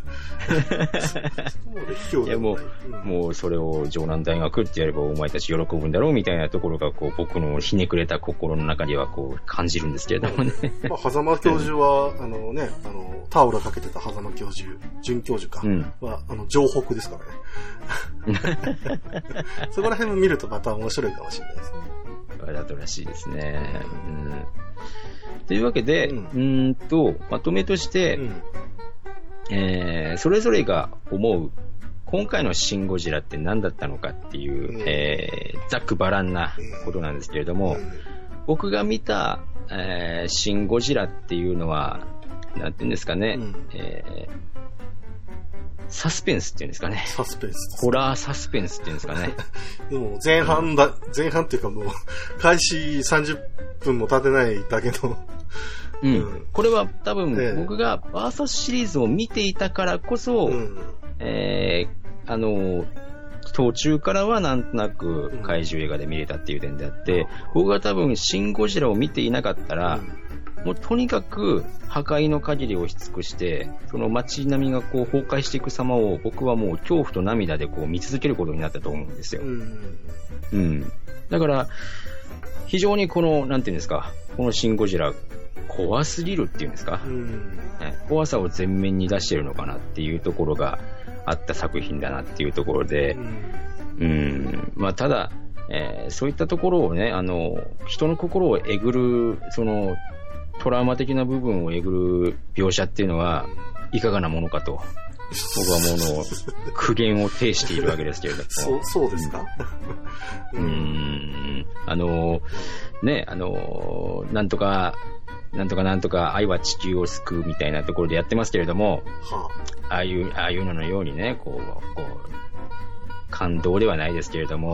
Speaker 1: いやもう、うん、もうそれを城南大学ってやればお前たち喜ぶんだろうみたいなところが、こう、僕のひねくれた心の中ではこう、感じるんですけれどもね。
Speaker 2: まあ、狭間教授は、あのね、あの、タオルかけてた狭間教授、准教授か、うん、は、あの、城北ですからね。そこら辺も見るとまた面白いかもしれないですね。
Speaker 1: わざとらしいですね。うん、というわけで、うん、うんとまとめとして、うんえー、それぞれが思う今回のシン・ゴジラって何だったのかっていう、うんえー、ざっくばらんなことなんですけれども、うん、僕が見た、えー、シン・ゴジラっていうのはなんていうんですかね、うんえーサスペンスっていうんですかね。
Speaker 2: サスペンス。
Speaker 1: ホラーサスペンスっていうんですかね。
Speaker 2: でも前半だ、前半っていうかもう、開始さんじゅっぷんも経てないだけの。
Speaker 1: うん。うん、これは多分、ね、僕がバーサスシリーズを見ていたからこそ、うん、えー、あの、途中からはなんとなく怪獣映画で見れたっていう点であって、うん、僕が多分シン・ゴジラを見ていなかったら、うんもうとにかく破壊の限りをし尽くして、その街並みがこう崩壊していく様を僕はもう恐怖と涙でこう見続けることになったと思うんですよ。うん。うん、だから、非常にこの、なんていうんですか、このシン・ゴジラ、怖すぎるっていうんですか、うんね、怖さを前面に出してるのかなっていうところがあった作品だなっていうところで、うん、うんまあただ、えー、そういったところをね、あの、人の心をえぐる、その、トラウマ的な部分をえぐる描写っていうのはいかがなものかと僕はもの苦言を呈しているわけですけれども
Speaker 2: そう、そうですか
Speaker 1: うーんあのねあのなんとかなんとかなんとか愛は地球を救うみたいなところでやってますけれども、はあ、ああいうああいうののようにねこうこう感動ではないですけれども、はあ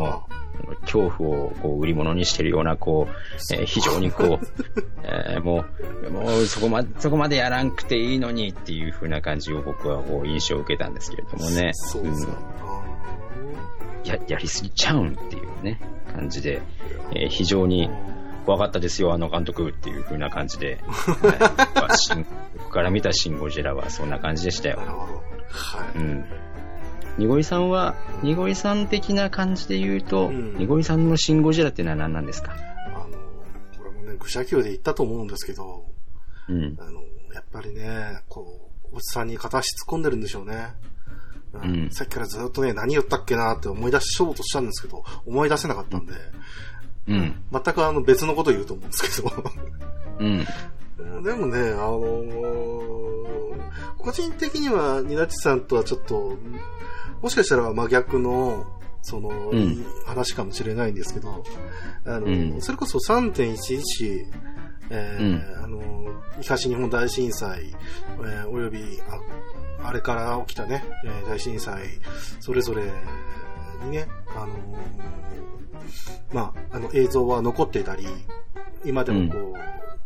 Speaker 1: 恐怖をこう売り物にしてるような、こう、えー、非常にこう、えー、もう、もうそこま、そこまでやらんくていいのにっていう風な感じを僕はこう印象を受けたんですけれどもね。
Speaker 2: そうですか。
Speaker 1: うん、や、やりすぎちゃうんっていうね、感じで、えー、非常に怖かったですよ、あの監督っていう風な感じで、はい、僕から見たシン・ゴジラはそんな感じでしたよ。
Speaker 2: はい。
Speaker 1: うん。にごりさんは、にごりさん的な感じで言うと、うん、にごりさんのシン・ゴジラっていうのは何なんですか？
Speaker 2: あの、これもね、愚者級で言ったと思うんですけど、うん、あの、やっぱりね、こう、おじさんに片足突っ込んでるんでしょうね。うんうん、さっきからずっとね、何言ったっけなって思い出しようとしたんですけど、思い出せなかったんで、うん、全くあの別のこと言うと思うんですけど、うん、でもね、あのー、個人的にはニナチさんとはちょっともしかしたら真逆のその、うん、話かもしれないんですけど、あの、うん、それこそ さんてんいちいち、えーうん、あの東日本大震災、えー、および あ, あれから起きたね、えー、大震災それぞれにね、あのー、まああの映像は残っていたり、今でもこう、うん、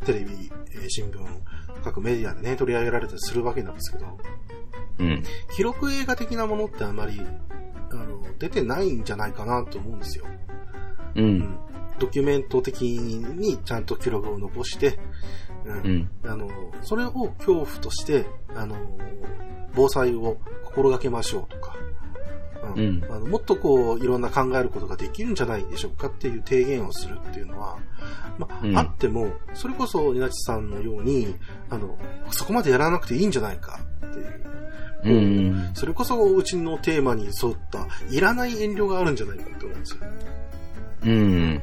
Speaker 2: テレビ、えー、新聞、各メディアでね取り上げられたりするわけなんですけど、うん、記録映画的なものってあまりあの出てないんじゃないかなと思うんですよ。うんうん、ドキュメント的にちゃんと記録を残して、うんうん、あのそれを恐怖としてあの防災を心がけましょうとか、うんうん、あのもっとこういろんな考えることができるんじゃないでしょうかっていう提言をするっていうのは、まあ、うん、あってもそれこそニナチさんのようにあのそこまでやらなくていいんじゃないかっていう。うん、それこそうちのテーマに沿ったいらない遠慮があるんじゃないかと思うんですよ。うん。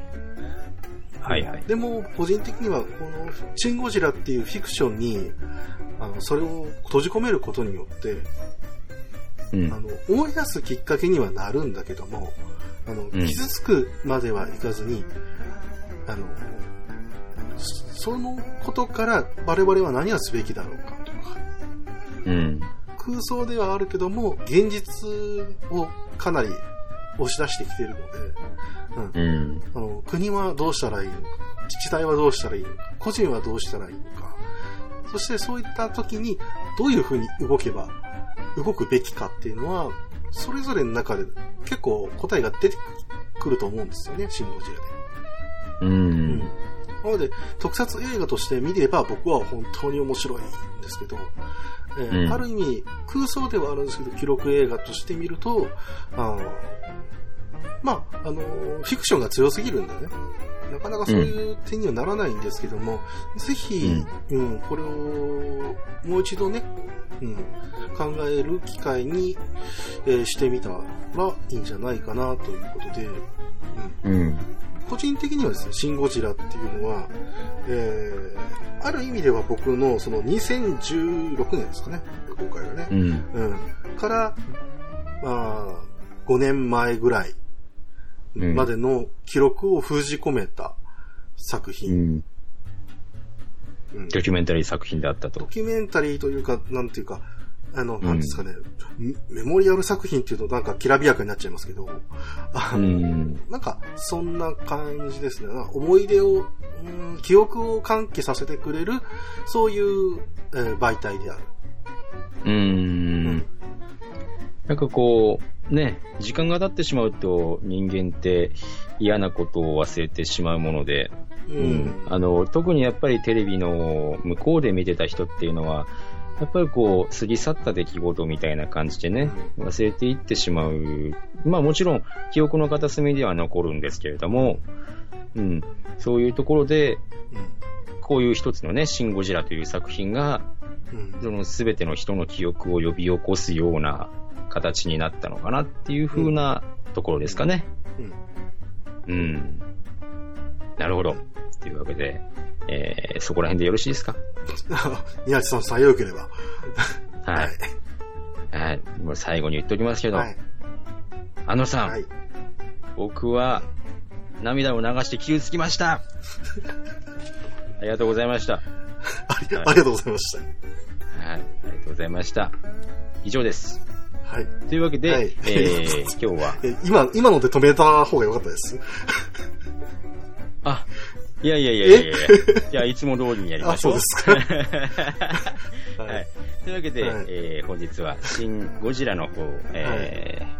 Speaker 2: はいはい。でも個人的にはこのシン・ゴジラっていうフィクションにあのそれを閉じ込めることによって、うん、あの思い出すきっかけにはなるんだけども、あの、うん、傷つくまではいかずに、あのそのことから我々は何をすべきだろうかとか。うん。空想ではあるけども現実をかなり押し出してきているので、うんうん、あの国はどうしたらいいのか、自治体はどうしたらいいのか、個人はどうしたらいいのか、そしてそういった時にどういうふうに動けば動くべきかっていうのはそれぞれの中で結構答えが出てくると思うんですよね、シン・ゴジラで。うん、うん、なので特撮映画として見れば僕は本当に面白いんですけど、えーうん、ある意味空想ではあるんですけど記録映画として見るとあまああのフィクションが強すぎるんでね、なかなかそういう点にはならないんですけども、うん、ぜひ、うんうん、これをもう一度ね、うん、考える機会に、えー、してみたらいいんじゃないかなということで、うんうん、個人的にはですね、シン・ゴジラっていうのは、えー、ある意味では僕のそのにせんじゅうろくねんですかね、公開がね、うんうん、から、まあ、ごねんまえぐらいまでの記録を封じ込めた作品、
Speaker 1: うんうん、ドキュメンタリー作品であったと。
Speaker 2: ドキュメンタリーというか、なんていうか、あの、なんですかね、うん、メモリアル作品っていうとなんかきらびやかになっちゃいますけど、あの、うん、なんかそんな感じですね。思い出を、うん、記憶を喚起させてくれる、そういう、えー、媒体である。
Speaker 1: うーん、うん。なんかこう、ね、時間が経ってしまうと人間って嫌なことを忘れてしまうもので、うんうん、あの特にやっぱりテレビの向こうで見てた人っていうのはやっぱりこう過ぎ去った出来事みたいな感じでね、忘れていってしまう。まあもちろん記憶の片隅では残るんですけれども、うん、そういうところでこういう一つのね、シン・ゴジラという作品が、その全ての人の記憶を呼び起こすような形になったのかなっていう風なところですかね。うん。うん、なるほど。というわけで、えー、そこら辺でよろしいですか？
Speaker 2: 宮地さんさえよければ。
Speaker 1: はい。はい。もう最後に言っておきますけど、はい、あのさん、はい、僕は涙を流して傷つきました。ありがとうございました。
Speaker 2: あり、はい、ありがとうございました。
Speaker 1: はい。ありがとうございました。以上です。
Speaker 2: はい。
Speaker 1: というわけで、はい、えー、今日は。
Speaker 2: 今、今ので止めた方が良かったです。
Speaker 1: あ、いやいやいやいやいや、じゃあいつも通りにやりましょう。
Speaker 2: あ、そうですか。
Speaker 1: はい。というわけで、はい、えー、本日は新ゴジラの方、えーはい、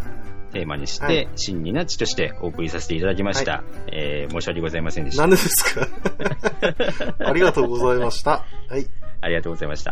Speaker 1: テーマにして、はい、新ニナッチとしてお送りさせていただきました。はい、えー、申し訳ございませんでした。
Speaker 2: なんでですか。ありがとうございました。はい。
Speaker 1: ありがとうございました。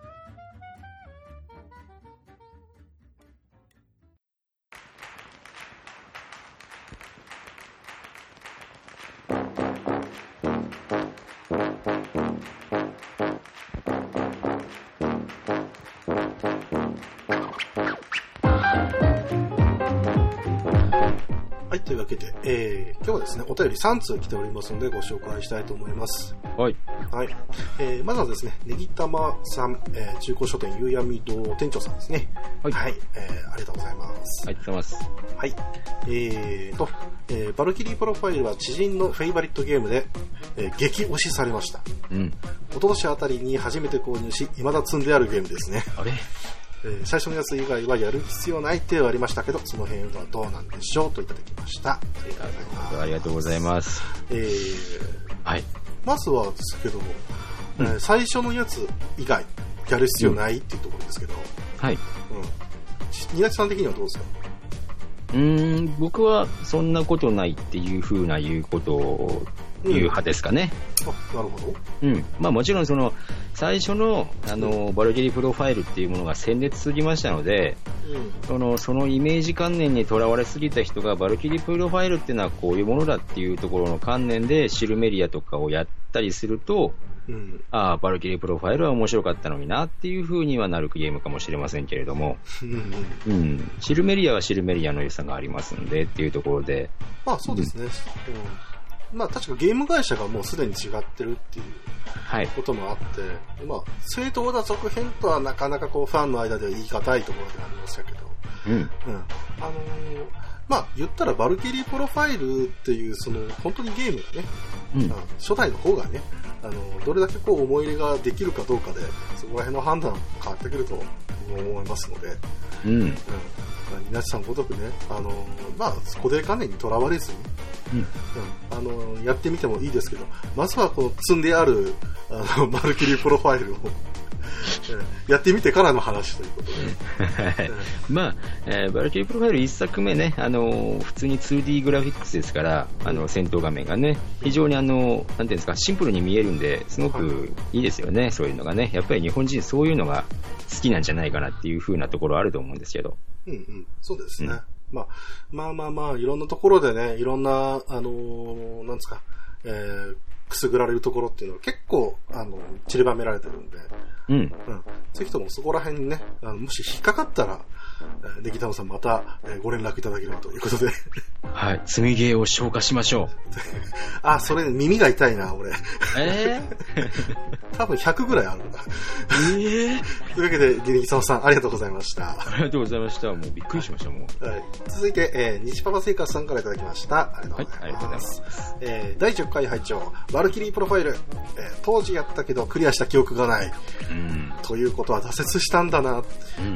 Speaker 2: というわけで、えー、今日はですね、お便りさん通来ておりますのでご紹介したいと思います。
Speaker 1: はい。
Speaker 2: はい。えー、まずはですね、ねぎたまさん、えー、中古書店ゆうやみ堂店長さんですね。
Speaker 1: はい。
Speaker 2: はい。えー、ありがとうございます。
Speaker 1: ありがとうございます。
Speaker 2: はい。えーと、えー、バルキリープロファイルは知人のフェイバリットゲームで、えー、激推しされました。
Speaker 1: うん。
Speaker 2: 一昨年あたりに初めて購入し、未だ積んであるゲームですね。
Speaker 1: あれ
Speaker 2: えー、最初のやつ以外はやる必要ないってはありましたけど、その辺はどうなんでしょうといただきました。
Speaker 1: ありがとうございます。
Speaker 2: えー、
Speaker 1: はい。
Speaker 2: まずはですけども、うんえー、最初のやつ以外やる必要ないっていうところですけど、うん、
Speaker 1: はい。うん。
Speaker 2: ニナチさん的にはどうですか？
Speaker 1: うーん、僕はそんなことないっていう風な言うことを言う派ですかね。
Speaker 2: うん、あ、なるほど。
Speaker 1: うん。まあもちろんその最初のあのバルキリープロファイルっていうものが鮮烈すぎましたので、うん、そのそのイメージ観念にとらわれすぎた人がバルキリープロファイルっていうのはこういうものだっていうところの観念でシルメリアとかをやったりすると、うん、ああバルキリープロファイルは面白かったのになっていう風にはなるゲームかもしれませんけれども、うん、シルメリアはシルメリアの良さがありますのでっていうところで、
Speaker 2: まあそうですね。うんうん、まあ確かゲーム会社がもうすでに違ってるっていうこともあって、はい、まあ正当な続編とはなかなかこうファンの間では言い難いところでありましたけど、うん、うん、あのー、まあ言ったらバルキリープロファイルっていうその本当にゲームがね、うん、初代の方がね、あのどれだけこう思い入れができるかどうかでそこら辺の判断変わってくると思いますので、うん、うん、皆さんごとくね、あのまあ固定観念にとらわれずに、うんうん、あのやってみてもいいですけど、まずはこの積んであるあのバルキリープロファイルをやってみてからの話ということで、
Speaker 1: まあ、えー、バルキリープロファイルいっさくめね、あのー、普通に ツーディー グラフィックスですから、あの戦闘画面がね非常にあのなんていうんですか、シンプルに見えるんですごくいいですよね、はい、そういうのがね。やっぱり日本人そういうのが好きなんじゃないかなっていう風なところあると思うんですけど。
Speaker 2: うんうん、そうですね。うん、まあ、まあまあまあいろんなところでね、いろんなあのー、なんですか、えー、くすぐられるところっていうのは結構あの散りばめられてるんで。うん。うん。ぜひともそこら辺にね、あのもし引っかかったら、ネギタマさんまた、えー、ご連絡いただければということで。
Speaker 1: はい。積みゲーを消化しましょう。
Speaker 2: あ、それ耳が痛いな、俺。
Speaker 1: え
Speaker 2: ー、多分ひゃくぐらいあるんだ。
Speaker 1: えー、
Speaker 2: というわけで、ネギタマさんありがとうございました。
Speaker 1: ありがとうございました。もうびっくりしました、もう。
Speaker 2: はい。続いて、えー、西パパ生活さんからいただきました。ありがとうございます。はい、ありがとうございます。えー、だいじゅっかい拝聴バルキリープロファイル、えー。当時やったけどクリアした記憶がない。うん、ということは挫折したんだな。うん、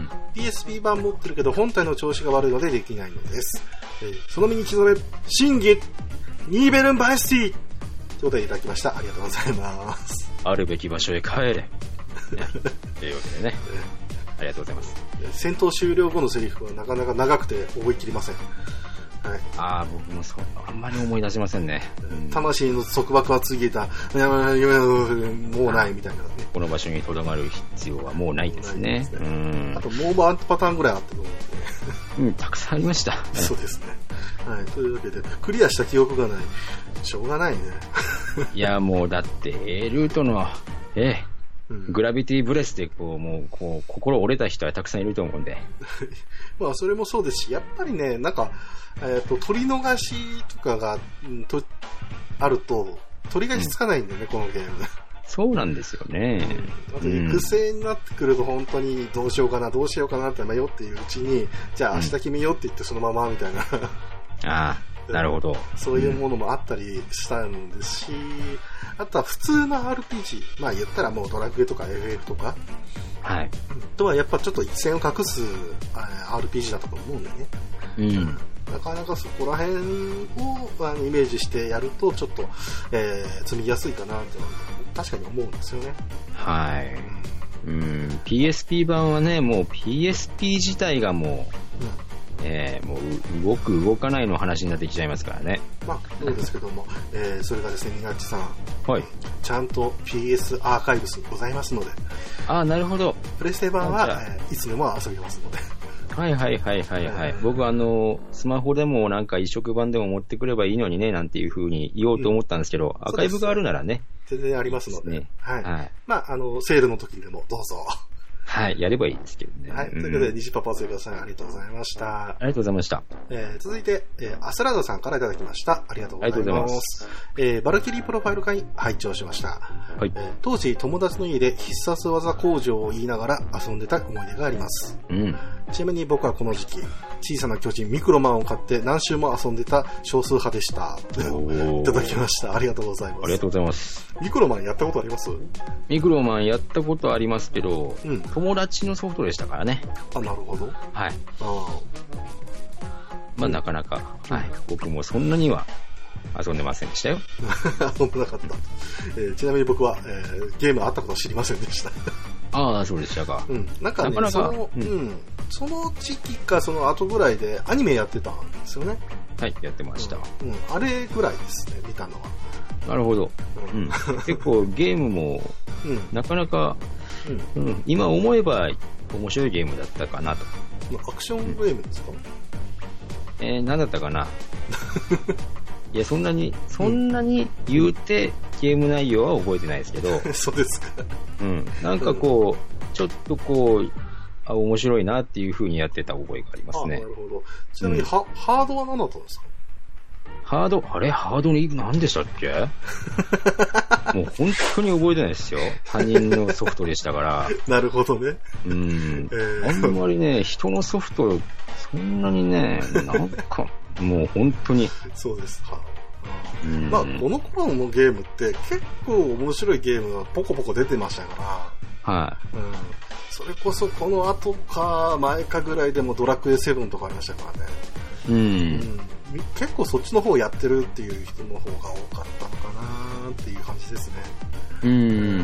Speaker 2: ピーエスピー 版持ってるけど本体の調子が悪いのでできないのです。えー、その身に刻め、真偽ニーベルンバイスティということでいただきました。ありがとうございます。
Speaker 1: あるべき場所へ帰れ。ね、というわけでね。ありがとうございます。
Speaker 2: 戦闘終了後のセリフはなかなか長くて覚えきりません。はい、
Speaker 1: ああ、僕もそう、あんまり思い出せませんね。
Speaker 2: うん、魂の束縛は過ぎた、いやもうないみたいなね。
Speaker 1: この場所にとどまる必要はもうないですね。ですね。うん。
Speaker 2: あともうワンパターンぐらいあったと思
Speaker 1: うん、うん、たくさんありました。
Speaker 2: そうですね。はい、というわけでクリアした記憶がない。しょうがないね。
Speaker 1: いやもうだって A ルートのええ。グラビティブレスでこうもうこう心折れた人はたくさんいると思うんで
Speaker 2: まあそれもそうですし、やっぱりね、なんか、えー、と取り逃しとかが、うん、とあると取り返しつかないんだよね、うん、このゲーム。
Speaker 1: そうなんですよね。
Speaker 2: うん、不正になってくると本当にどうしようかなどうしようかなって迷っているうちに、じゃあ明日決めようって言ってそのままみたいな、うん、
Speaker 1: ああなるほど。
Speaker 2: そういうものもあったりしたんですし、うん、あとは普通の アールピージー、まあ言ったらもうドラクエとか エフエフ とか、
Speaker 1: はい。
Speaker 2: とはやっぱちょっと一線を画す アールピージー だと思うんだよね。
Speaker 1: うん。
Speaker 2: なかなかそこら辺をあのイメージしてやるとちょっと、えー、積みやすいかなって確かに思うんですよね。
Speaker 1: はい。うん、ピーエスピー 版はね、もう ピーエスピー 自体がもう、うんえー、もう動く動かないの話になってきちゃいますからね。
Speaker 2: まあそうですけども、えー、それがですね、ニガッチさん、
Speaker 1: はい、
Speaker 2: ちゃんと ピーエス アーカイブスございますので、
Speaker 1: ああなるほど。
Speaker 2: プレステ版は、えー、いつでも遊べますので。
Speaker 1: はいはいはいはいはい。僕あのスマホでもなんか移植版でも持ってくればいいのにねなんていう風に言おうと思ったんですけど、うん、アーカイブがあるならね。
Speaker 2: 全然ありますので、
Speaker 1: ね、
Speaker 2: はい。はい、まああのセールの時でもどうぞ。
Speaker 1: はい、やればいいですけどね。
Speaker 2: はい、ということで、うん、西パパセルさんありがとうございました。
Speaker 1: ありがとうございました。
Speaker 2: えー、続いて、えー、アスラードさんからいただきました。ありがとうございます。ありがとうございます。えー、バルキリープロファイル会拝聴しました。はい。えー、当時、友達の家で必殺技工場を言いながら遊んでた思い出があります。うん。ちなみに僕はこの時期、小さな巨人ミクロマンを買って何周も遊んでた少数派でした。いただきました。ありがとうございます。
Speaker 1: ありがとうございます。
Speaker 2: ミクロマンやったことあります？
Speaker 1: ミクロマンやったことありますけど、うん、友達のソフトでしたからね。
Speaker 2: あ、なるほど。
Speaker 1: はい。
Speaker 2: あ
Speaker 1: まあ、なかなか、はい、僕もそんなには遊んでませんでしたよ。
Speaker 2: 遊んでなかった。えー、ちなみに僕は、えー、ゲームあったことは知りませんでした。
Speaker 1: ああ、そうでしたか。
Speaker 2: うん。なんかね、なかなかその、うん、うん、その時期かその後ぐらいでアニメやってたんですよね。
Speaker 1: はい、やってました。
Speaker 2: うん。うん、あれぐらいですね、見たのは。
Speaker 1: なるほど。うん。結構ゲームも、うん、なかなか、うんうん、今思えば面白いゲームだったかなと。
Speaker 2: アクションゲームですか？うん、
Speaker 1: えー、何だったかな。いや、そんなに、そんなに言うて、うん、ゲーム内容は覚えてないですけど。
Speaker 2: そうですか。
Speaker 1: うん。なんかこう、ちょっとこう、あ、面白いなっていう風にやってた覚えがありますね。
Speaker 2: あ、なるほど。ちなみに、うん、ハードは何だったんですか？
Speaker 1: ハード、あれハードに何でしたっけ？もう本当に覚えてないですよ。他人のソフトでしたから。
Speaker 2: なるほどね。
Speaker 1: うん。えー、あんまりね、人のソフト、そんなにね、なんか、もう本当に。
Speaker 2: そうですか。うん、まあ、この頃のゲームって結構面白いゲームがポコポコ出てましたか
Speaker 1: ら。はい。
Speaker 2: うん。それこそこの後か前かぐらいでもドラクエセブンとかありましたからね。
Speaker 1: うん。
Speaker 2: うん結構そっちの方やってるっていう人の方が多かったのかなっていう感じですね。
Speaker 1: うん。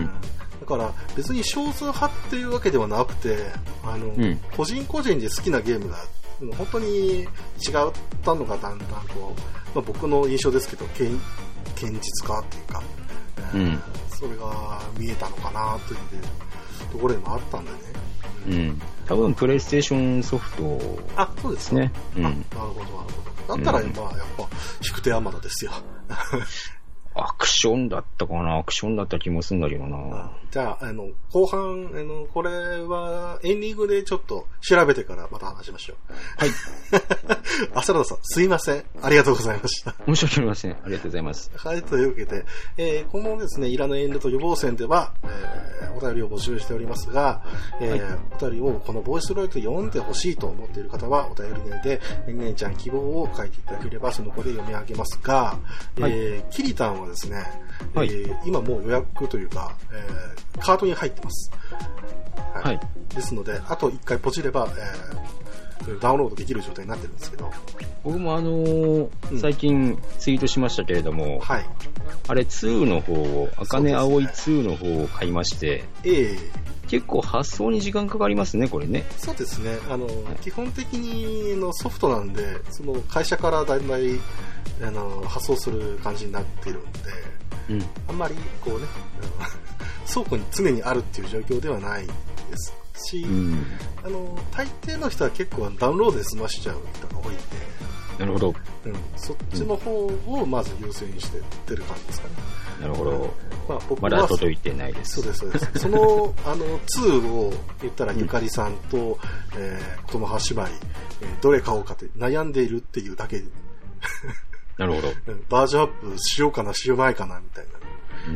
Speaker 2: だから別に少数派っていうわけではなくて、あの、うん、個人個人で好きなゲームが本当に違ったのがだんだんこう、まあ、僕の印象ですけど、堅実化っていうか、
Speaker 1: うん、
Speaker 2: それが見えたのかなというところでもあったんでね。
Speaker 1: うん。多分プレイステーションソフト、ね。
Speaker 2: あ、そうですね。
Speaker 1: うん。な
Speaker 2: るほど、なるほど。だったら、まあ、やっぱ、引く手あまだですよ。
Speaker 1: アクションだったかなアクションだった気もするんだけどな。
Speaker 2: じゃあ、あの、後半、あの、これは、エンディングでちょっと調べてからまた話しましょう。
Speaker 1: はい。
Speaker 2: あ、サラダさん、すいません。ありがとうございました。
Speaker 1: 申し訳ありません。ありがとうございます。
Speaker 2: はい、というわけで、えー、このですね、いらぬ遠慮と予防線では、えー、お便りを募集しておりますが、えーはい、お便りをこのボイスロイト読んでほしいと思っている方は、お便り内で、ねんねんちゃん希望を書いていただければ、その子で読み上げますが、はい、えー、キリタンはですね、はい、えー、今もう予約というか、えー、カートに入ってます。はい。はい、ですので、あと一回ポチれば、えー、ダウンロードできる状態になってるんですけど。
Speaker 1: 僕もあのーうん、最近ツイートしましたけれども、
Speaker 2: はい、
Speaker 1: あれにの方を、茜葵にの方を買いまして、
Speaker 2: ええー、
Speaker 1: 結構発送に時間かかりますね、これね。
Speaker 2: そうですね。あの、はい、基本的にのソフトなんで、その会社からだいたいあの発送する感じになってるんで、
Speaker 1: うん、
Speaker 2: あんまりこうね、倉庫に常にあるっていう状況ではないですし、うん、あの大抵の人は結構ダウンロードで済ましちゃう人が多いんで、
Speaker 1: なるほど、
Speaker 2: うん、そっちの方をまず優先してってる感じですかね。
Speaker 1: なるほど。まあ、僕はまだ届いてないです。
Speaker 2: そうです、そうです。その、あの、にを言ったらゆかりさんと、うん、えー、琴ノ葉姉妹、えー、どれ買おうかって悩んでいるっていうだけで。
Speaker 1: なるほど。
Speaker 2: バージョンアップしようかな、しようまいかな、みたいな。
Speaker 1: うん。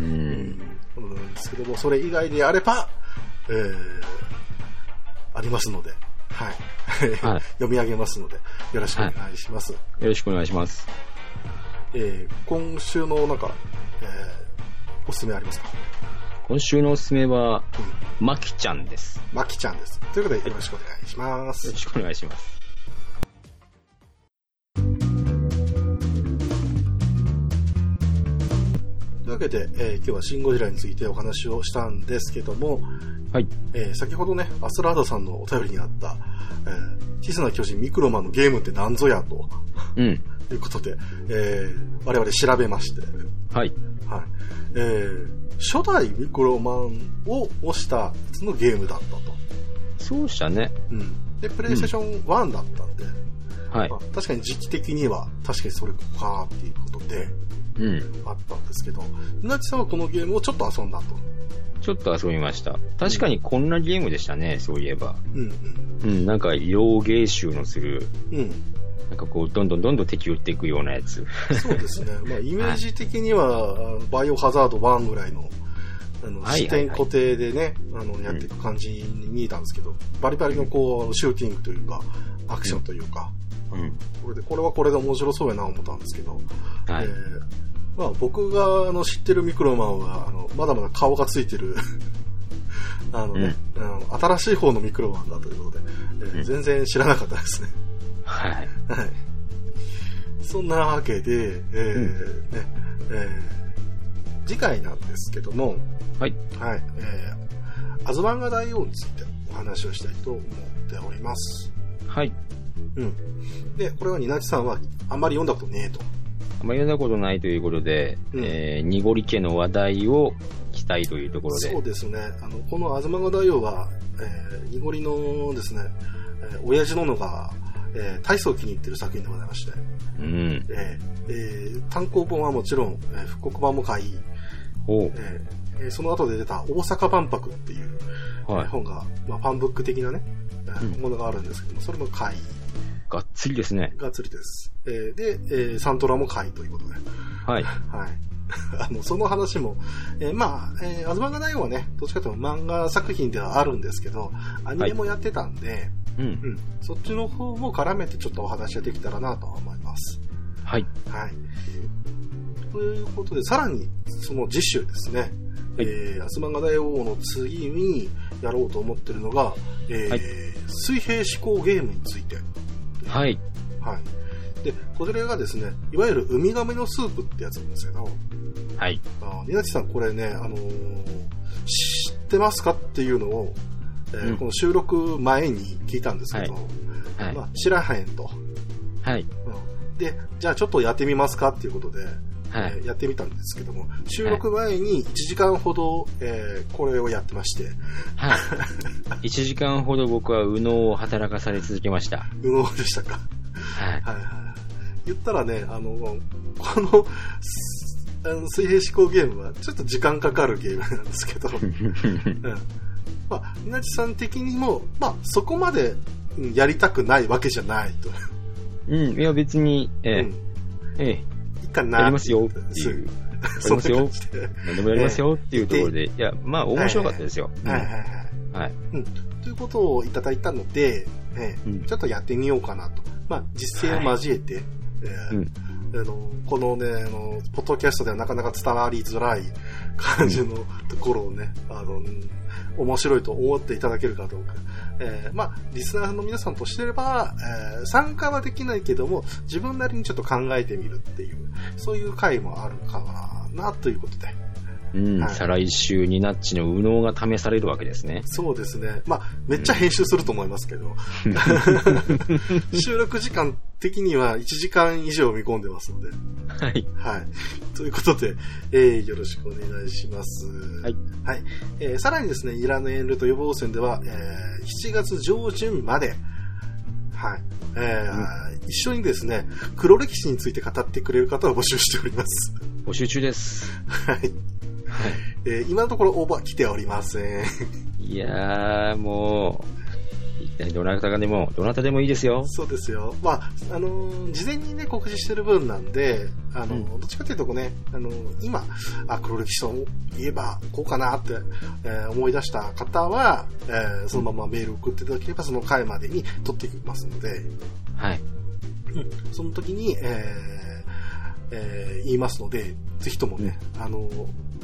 Speaker 2: なんですけども、それ以外であれば、えー、ありますので、はい。はい、読み上げますので、よろしくお願いします。はい、
Speaker 1: よろしくお願いします。
Speaker 2: えー、今週のなんか、えー、おすすめありますか？
Speaker 1: 今週のおすすめは、うん、まきちゃんです。
Speaker 2: まきちゃんです。ということでよろしくお願いします。
Speaker 1: よろしくお願いします。
Speaker 2: というわけで、えー、今日はシン・ゴジラについてお話をしたんですけども、
Speaker 1: はい。
Speaker 2: えー、先ほどね、アスラーダさんのお便りにあった、えー、小さな巨人ミクロマンのゲームって何ぞやと、
Speaker 1: うん、
Speaker 2: ということで、えー、我々調べまして、
Speaker 1: はい。
Speaker 2: はい。えー、初代ミクロマンを模したやつのゲームだったと。
Speaker 1: そうしたね。
Speaker 2: うん。で、プレイステーションワンだったんで、
Speaker 1: うん、はい、
Speaker 2: まあ。確かに時期的には、確かにそれかなっていうことで、
Speaker 1: うん。あ
Speaker 2: ったんですけど、稲地さんはこのゲームをちょっと遊んだと。
Speaker 1: ちょっと遊びました。確かにこんなゲームでしたね、うん、そういえば。
Speaker 2: うんうん。
Speaker 1: うん、なんか、洋芸集のする、
Speaker 2: うん。
Speaker 1: なんかこう、どんどんどんどん敵を撃っていくようなやつ。
Speaker 2: そうですね。まあ、イメージ的には、はい、バイオハザードワンぐらいの、あの、視点固定でね、あの、やっていく感じに見えたんですけど、うん、バリバリのこう、シューティングというか、アクションというか、
Speaker 1: うん。
Speaker 2: これで、これはこれで面白そうやな思ったんですけど、
Speaker 1: はい。
Speaker 2: えーまあ、僕があの知ってるミクロマンはあのまだまだ顔がついてるあの、ねうん、あの新しい方のミクロマンだということで、えーうん、全然知らなかったですね。
Speaker 1: はい。
Speaker 2: はい。そんなわけで、えーうんねえー、次回なんですけども、
Speaker 1: はい。
Speaker 2: はい。えー、アズマンガ大王についてお話をしたいと思っております。
Speaker 1: はい。
Speaker 2: うん。で、これはニナチさんはあんまり読んだことねえと。
Speaker 1: あんまり読んだことないということで、うん、えー、濁り家の話題をしたいというところで。
Speaker 2: そうですね。あの、このアズマガ大王は、えー、濁りのですね、えー、親父殿が、えー、大層気に入っている作品でございまして。
Speaker 1: うん。
Speaker 2: えーえー、単行本はもちろん、えー、復刻版も買い、
Speaker 1: お
Speaker 2: えー、その後で出た大阪万博っていう、はい、本が、まあ、ファンブック的なね、えーうん、ものがあるんですけども、それも買い。
Speaker 1: がっつりですね。
Speaker 2: がっつりです。えー、で、えー、サントラも買いということで。
Speaker 1: はい。
Speaker 2: はい。あの、その話も、えー、まあ、えー、アズマンガ大王はね、どっちかというと漫画作品ではあるんですけど、アニメもやってたんで、はい、うん、うん。そっちの方も絡めてちょっとお話ができたらなと思います。
Speaker 1: はい。
Speaker 2: はい。ということで、さらに、その次週ですね、はい、えー、アズマンガ大王の次にやろうと思ってるのが、えーはい、水平思考ゲームについて。
Speaker 1: はい。
Speaker 2: はい。で、こちらがですね、いわゆるウミガメのスープってやつなんですけど、
Speaker 1: はい。
Speaker 2: あ、ニナチさん、これね、あのー、知ってますかっていうのを、えーうん、この収録前に聞いたんですけど、はいはい、まあ、知らへんと。
Speaker 1: はい、
Speaker 2: うん。で、じゃあちょっとやってみますかっていうことで、はい、えー、やってみたんですけども、収録前にいちじかんほど、えー、これをやってまして、
Speaker 1: はい。いちじかんほど僕は右脳を働かされ続けました。
Speaker 2: 右脳でしたか。
Speaker 1: はい。
Speaker 2: はいはい。言ったらね、あの、この、あの水平思考ゲームはちょっと時間かかるゲームなんですけど、うん、まあ、稲地さん的にも、まあ、そこまでやりたくないわけじゃないと。
Speaker 1: うん、いや別に、ええ、うん、ええ、い
Speaker 2: いかな。
Speaker 1: やりますよっていう。やりますよ。何でもやりますよっていうところで、いや、まあ面白かったですよ。
Speaker 2: はいはいはい。はい。うん。ということをいただいたので、えーうん、ちょっとやってみようかなと。まあ、実践を交えて、はい、えーうんあのこのね、あの、ポッドキャストではなかなか伝わりづらい感じのところをね、うん、あの、面白いと思っていただけるかどうか。えー、まあ、リスナーの皆さんとしてれば、えー、参加はできないけども、自分なりにちょっと考えてみるっていう、そういう回もあるかな、ということで。
Speaker 1: うん、はい、再来週にナッチの右脳が試されるわけですね。
Speaker 2: そうですね。まあ、めっちゃ編集すると思いますけど。うん、収録時間的にはいちじかん以上見込んでますので。
Speaker 1: はい。
Speaker 2: はい。ということで、えー、よろしくお願いします。
Speaker 1: はい。
Speaker 2: はい。えー、さらにですね、いらぬ遠慮と予防線では、えー、しちがつ上旬まで、はい。えーうん、一緒にですね、黒歴史について語ってくれる方を募集しております。
Speaker 1: 募集中です。
Speaker 2: はい。はい、えー、今のところオーバー来ておりません。
Speaker 1: いやー、もう、一体どなたでも、どなたでもいいですよ。
Speaker 2: そうですよ。まあ、あのー、事前にね、告知してる分なんで、あのーうん、どっちかというとね、あのー、今、あ、黒歴史と言えば、こうかなって、えー、思い出した方は、えー、そのままメール送っていただければ、その回までに取っていきますので、
Speaker 1: はい。
Speaker 2: うん、その時に、えーえー、言いますので、ぜひともね、うん、あのー、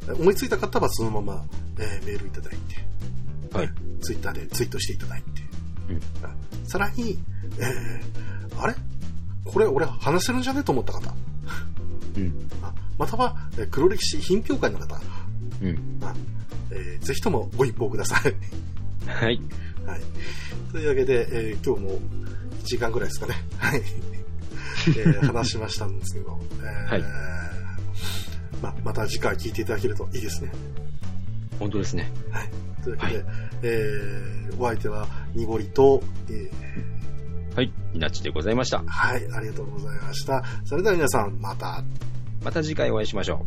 Speaker 2: 思いついた方はそのまま、えー、メールいただいて、
Speaker 1: はい。
Speaker 2: ツイッターでツイートしていただいて、うん、さらに、えー、あれこれ俺話せるんじゃねと思った方、うん、あまたは黒歴史品評会の方、うんあえー、ぜひともご一報ください。
Speaker 1: はい。
Speaker 2: はい。というわけで、えー、今日もいちじかんぐらいですかね。はい。えー、話しましたんですけど、えーはいま、また次回聞いていただけるといいですね。
Speaker 1: 本当ですね。
Speaker 2: はい。というわけで、はいえー、お相手はにごりと、え
Speaker 1: ー、はい、いなっちでございました。
Speaker 2: はい、ありがとうございました。それでは皆さん、また。
Speaker 1: また次回お会いしましょ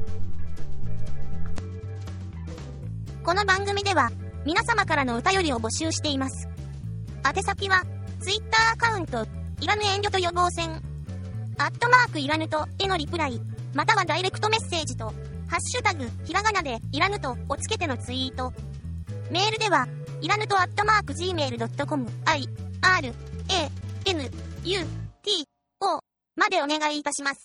Speaker 3: う。この番組では、皆様からのお便りを募集しています。宛先は、ツイッターアカウント、いらぬ遠慮と予防線、アットマークいらぬとへのリプライ、またはダイレクトメッセージと、ハッシュタグ、ひらがなで、いらぬとをつけてのツイート。メールでは、いらぬとアットマーク ジーメールドットコム、I、R、A、N、U、T、O までお願いいたします。